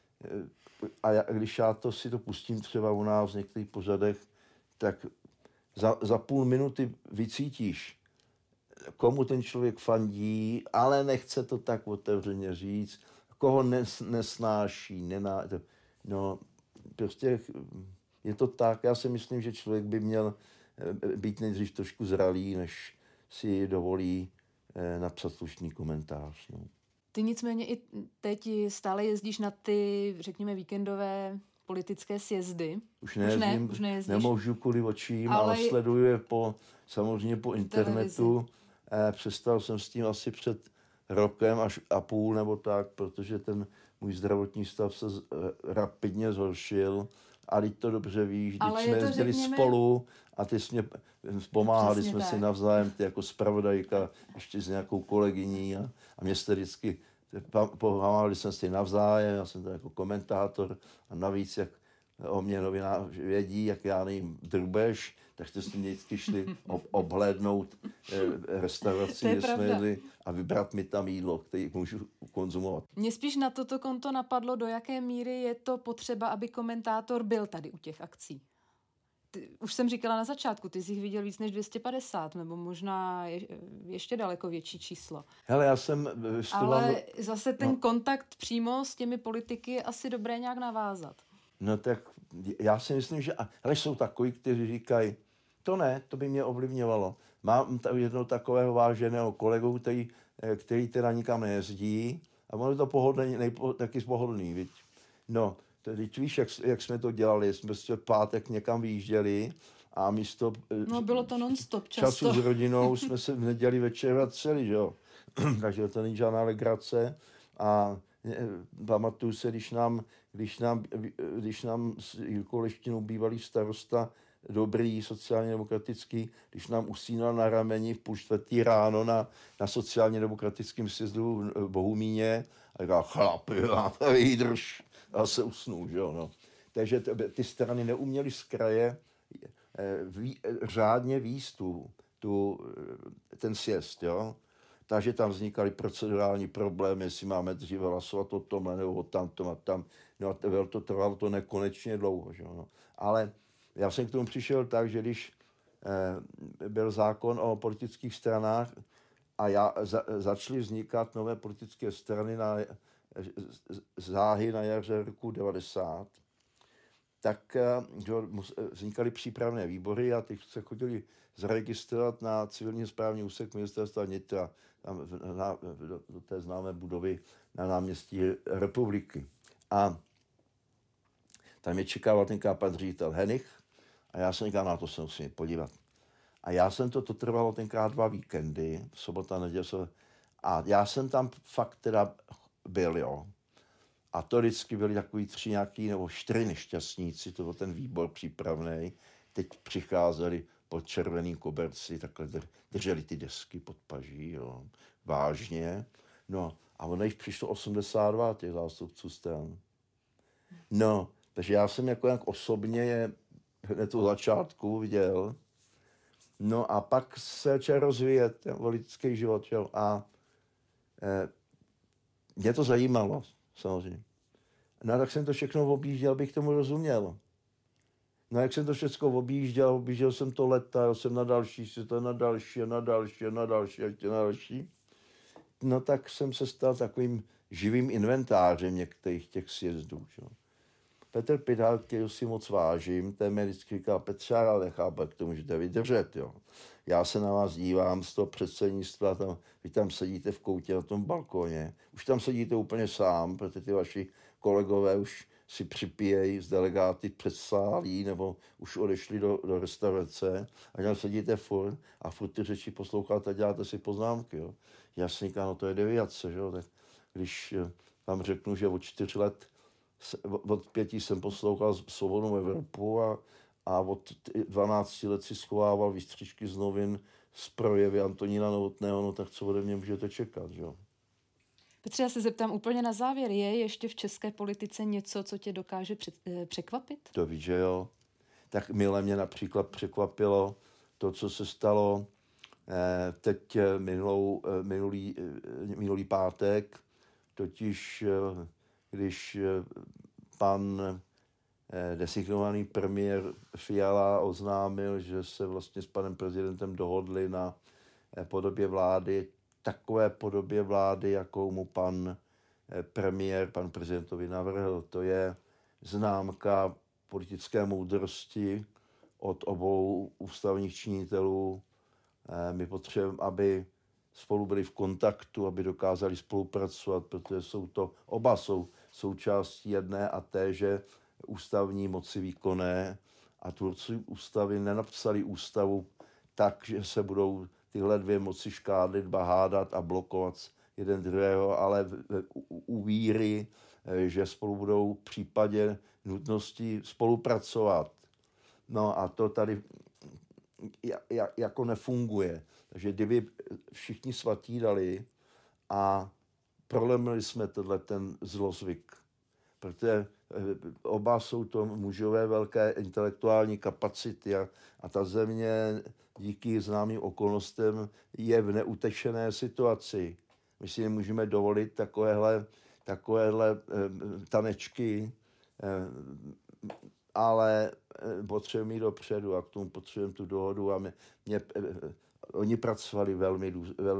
a když já si to pustím třeba u nás v některých pořadech, tak za půl minuty vycítíš, komu ten člověk fandí, ale nechce to tak otevřeně říct, koho nesnáší, no prostě je to tak. Já si myslím, že člověk by měl být nejdřív trošku zralý, než si dovolí napsat slušný komentář. No. Ty nicméně i teď stále jezdíš na ty, řekněme, víkendové politické sjezdy. Už nejezdíš. Nemůžu kvůli očím, ale sleduju samozřejmě po internetu. Přestal jsem s tím asi před rokem až a půl nebo tak, protože ten můj zdravotní stav se rapidně zhoršil. A teď to dobře víš, když jsme jezdili spolu a ty jsi mě pomáhali, jsme si navzájem, ty jako zpravodajka, ještě s nějakou kolegyní a mě jste vždycky pomáhali jsme si navzájem, já jsem to jako komentátor a navíc, jak o mě novináři vědí, jak já nevím, drubeš, tak jste si mě vždycky šli obhlédnout restauraci, kde jsme jedli a vybrat mi tam jídlo, které můžu konzumovat. Mě spíš na toto konto napadlo, do jaké míry je to potřeba, aby komentátor byl tady u těch akcí. Už jsem říkala na začátku, ty jsi jich viděl víc než 250, nebo možná ještě daleko větší číslo. Hele, já jsem ale zase ten kontakt přímo s těmi politiky je asi dobré nějak navázat. No tak já si myslím, že ale jsou takoví, kteří říkají, to by mě ovlivňovalo. Mám jednou takového váženého kolegu, který teda nikam nejezdí a ono je to pohodlný, taky pohodlný, viď? No, teď víš, jak jsme to dělali, jsme v pátek někam vyjížděli a místo bylo to non-stop času s rodinou jsme se v neděli večer vraceli, že jo. Takže to není žádná legrace a pamatuju se, když nám s Jirkou Leštinou bývalý starosta, dobrý, sociálně demokratický, když nám usínal na rameni v 3:30 ráno na sociálně demokratickém sjezdu v Bohumíně a říkal, chlapi, vydrž, a se usnul, že jo, no. Takže ty strany neuměly z kraje řádně víc ten sjezd, jo. Takže tam vznikaly procedurální problémy, jestli máme dříve hlasovat o tomhle nebo o tamtom a tam. No a trvalo to nekonečně dlouho, že jo. Ale já jsem k tomu přišel tak, že když byl zákon o politických stranách a začaly vznikat nové politické strany záhy na jaře roku 90, tak vznikaly přípravné výbory a ty se chodili zaregistrovat na civilní správní úsek ministerstva vnitra do té známé budovy na náměstí Republiky. A tam je čekával tenkrát pan ředitel Henich a já jsem říkal, na to se musím podívat. A já jsem to trvalo tenkrát 2 víkendy, sobota, neděle, a já jsem tam fakt teda byl, jo. A to vždycky byli takový 3 nějaký nebo 4 nešťastníci, to byl ten výbor přípravnej. Teď přicházeli pod červeným koberci, takhle drželi ty desky pod paží, jo, vážně. No a ono jich přišlo 82 těch zástupců stran. No, takže já jsem jako osobně je hned od začátku viděl. No a pak se začal rozvíjet ten politický život, jo, a mě to zajímalo, samozřejmě. No a tak jsem to všechno objížděl, abych tomu rozuměl. No jak jsem to všechno objížděl jsem to leta, jel jsem na další, na další. No tak jsem se stal takovým živým inventářem některých těch sjezdů. Čo. Petr Pidhal, který si moc vážím, ten mi vždycky říkal, Petře, ale nechápu, jak to můžete vydržet. Jo. Já se na vás dívám z toho předsednictva, vy tam sedíte v koutě na tom balkóně. Už tam sedíte úplně sám, protože ty vaši kolegové už si připíjejí z delegáty před sálí, nebo už odešli do restaurace a tam sedíte furt a furt ty řeči posloucháte a děláte si poznámky. Jo. Jasně, no to je deviace, že jo. Tak když vám řeknu, že od 4 let, od 5 jsem poslouchal Svobodnou Evropu a od 12 let si schovával výstřičky z novin z projevy Antonína Novotného, no tak co ode mě můžete čekat, že jo. Petře, já se zeptám úplně na závěr. Je ještě v české politice něco, co tě dokáže překvapit? To víš, že jo. Tak mile mě například překvapilo to, co se stalo teď minulý pátek, totiž když pan designovaný premiér Fiala oznámil, že se vlastně s panem prezidentem dohodli na podobě vlády, takové podobě vlády, jakou mu pan prezidentovi navrhl. To je známka politické moudrosti od obou ústavních činitelů. My potřebujeme, aby spolu byli v kontaktu, aby dokázali spolupracovat, protože oba jsou součástí jedné a téže ústavní moci výkonné a tvůrci ústavy nenapsali ústavu tak, že se budou tyhle 2 moci škádlit, hádat a blokovat jeden druhého, ale u víry, že spolu budou v případě nutnosti spolupracovat. No a to tady jako nefunguje. Takže kdyby všichni svatí dali a prolemili jsme ten zlozvyk, protože oba jsou to mužové velké intelektuální kapacity a ta země díky známým okolnostem je v neutečené situaci. My si nemůžeme dovolit takovéhle tanečky, ale potřebujeme jít dopředu a k tomu potřebujeme tu dohodu. A oni pracovali velmi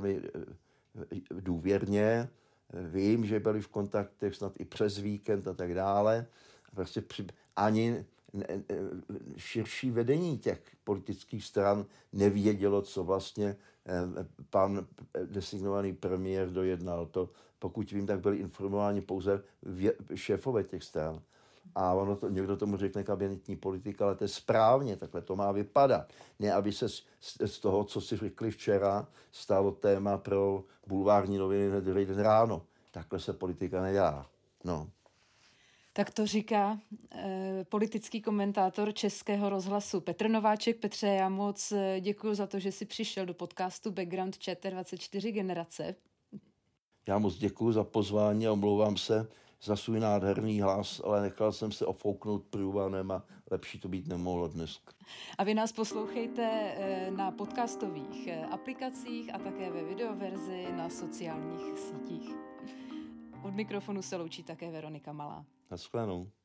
důvěrně. Vím, že byli v kontaktech snad i přes víkend a tak dále. Prostě ani širší vedení těch politických stran nevědělo, co vlastně pan designovaný premiér dojednal. To, pokud vím, tak byli informováni pouze šéfové těch stran. A někdo tomu řekne kabinetní politika, ale to je správně, takhle to má vypadat. Ne, aby se z toho, co si řekli včera, stalo téma pro bulvární noviny hned den ráno. Takhle se politika nedělá. No. Tak to říká politický komentátor Českého rozhlasu Petr Nováček. Petře, já moc děkuji za to, že jsi přišel do podcastu Background ČT24 Generace. Já moc děkuji za pozvání a omlouvám se, za svůj nádherný hlas, ale nechal jsem se ofouknout průvanem a lepší to být nemohlo dnes. A vy nás poslouchejte na podcastových aplikacích a také ve videoverzi na sociálních sítích. Od mikrofonu se loučí také Veronika Malá. Naschledanou.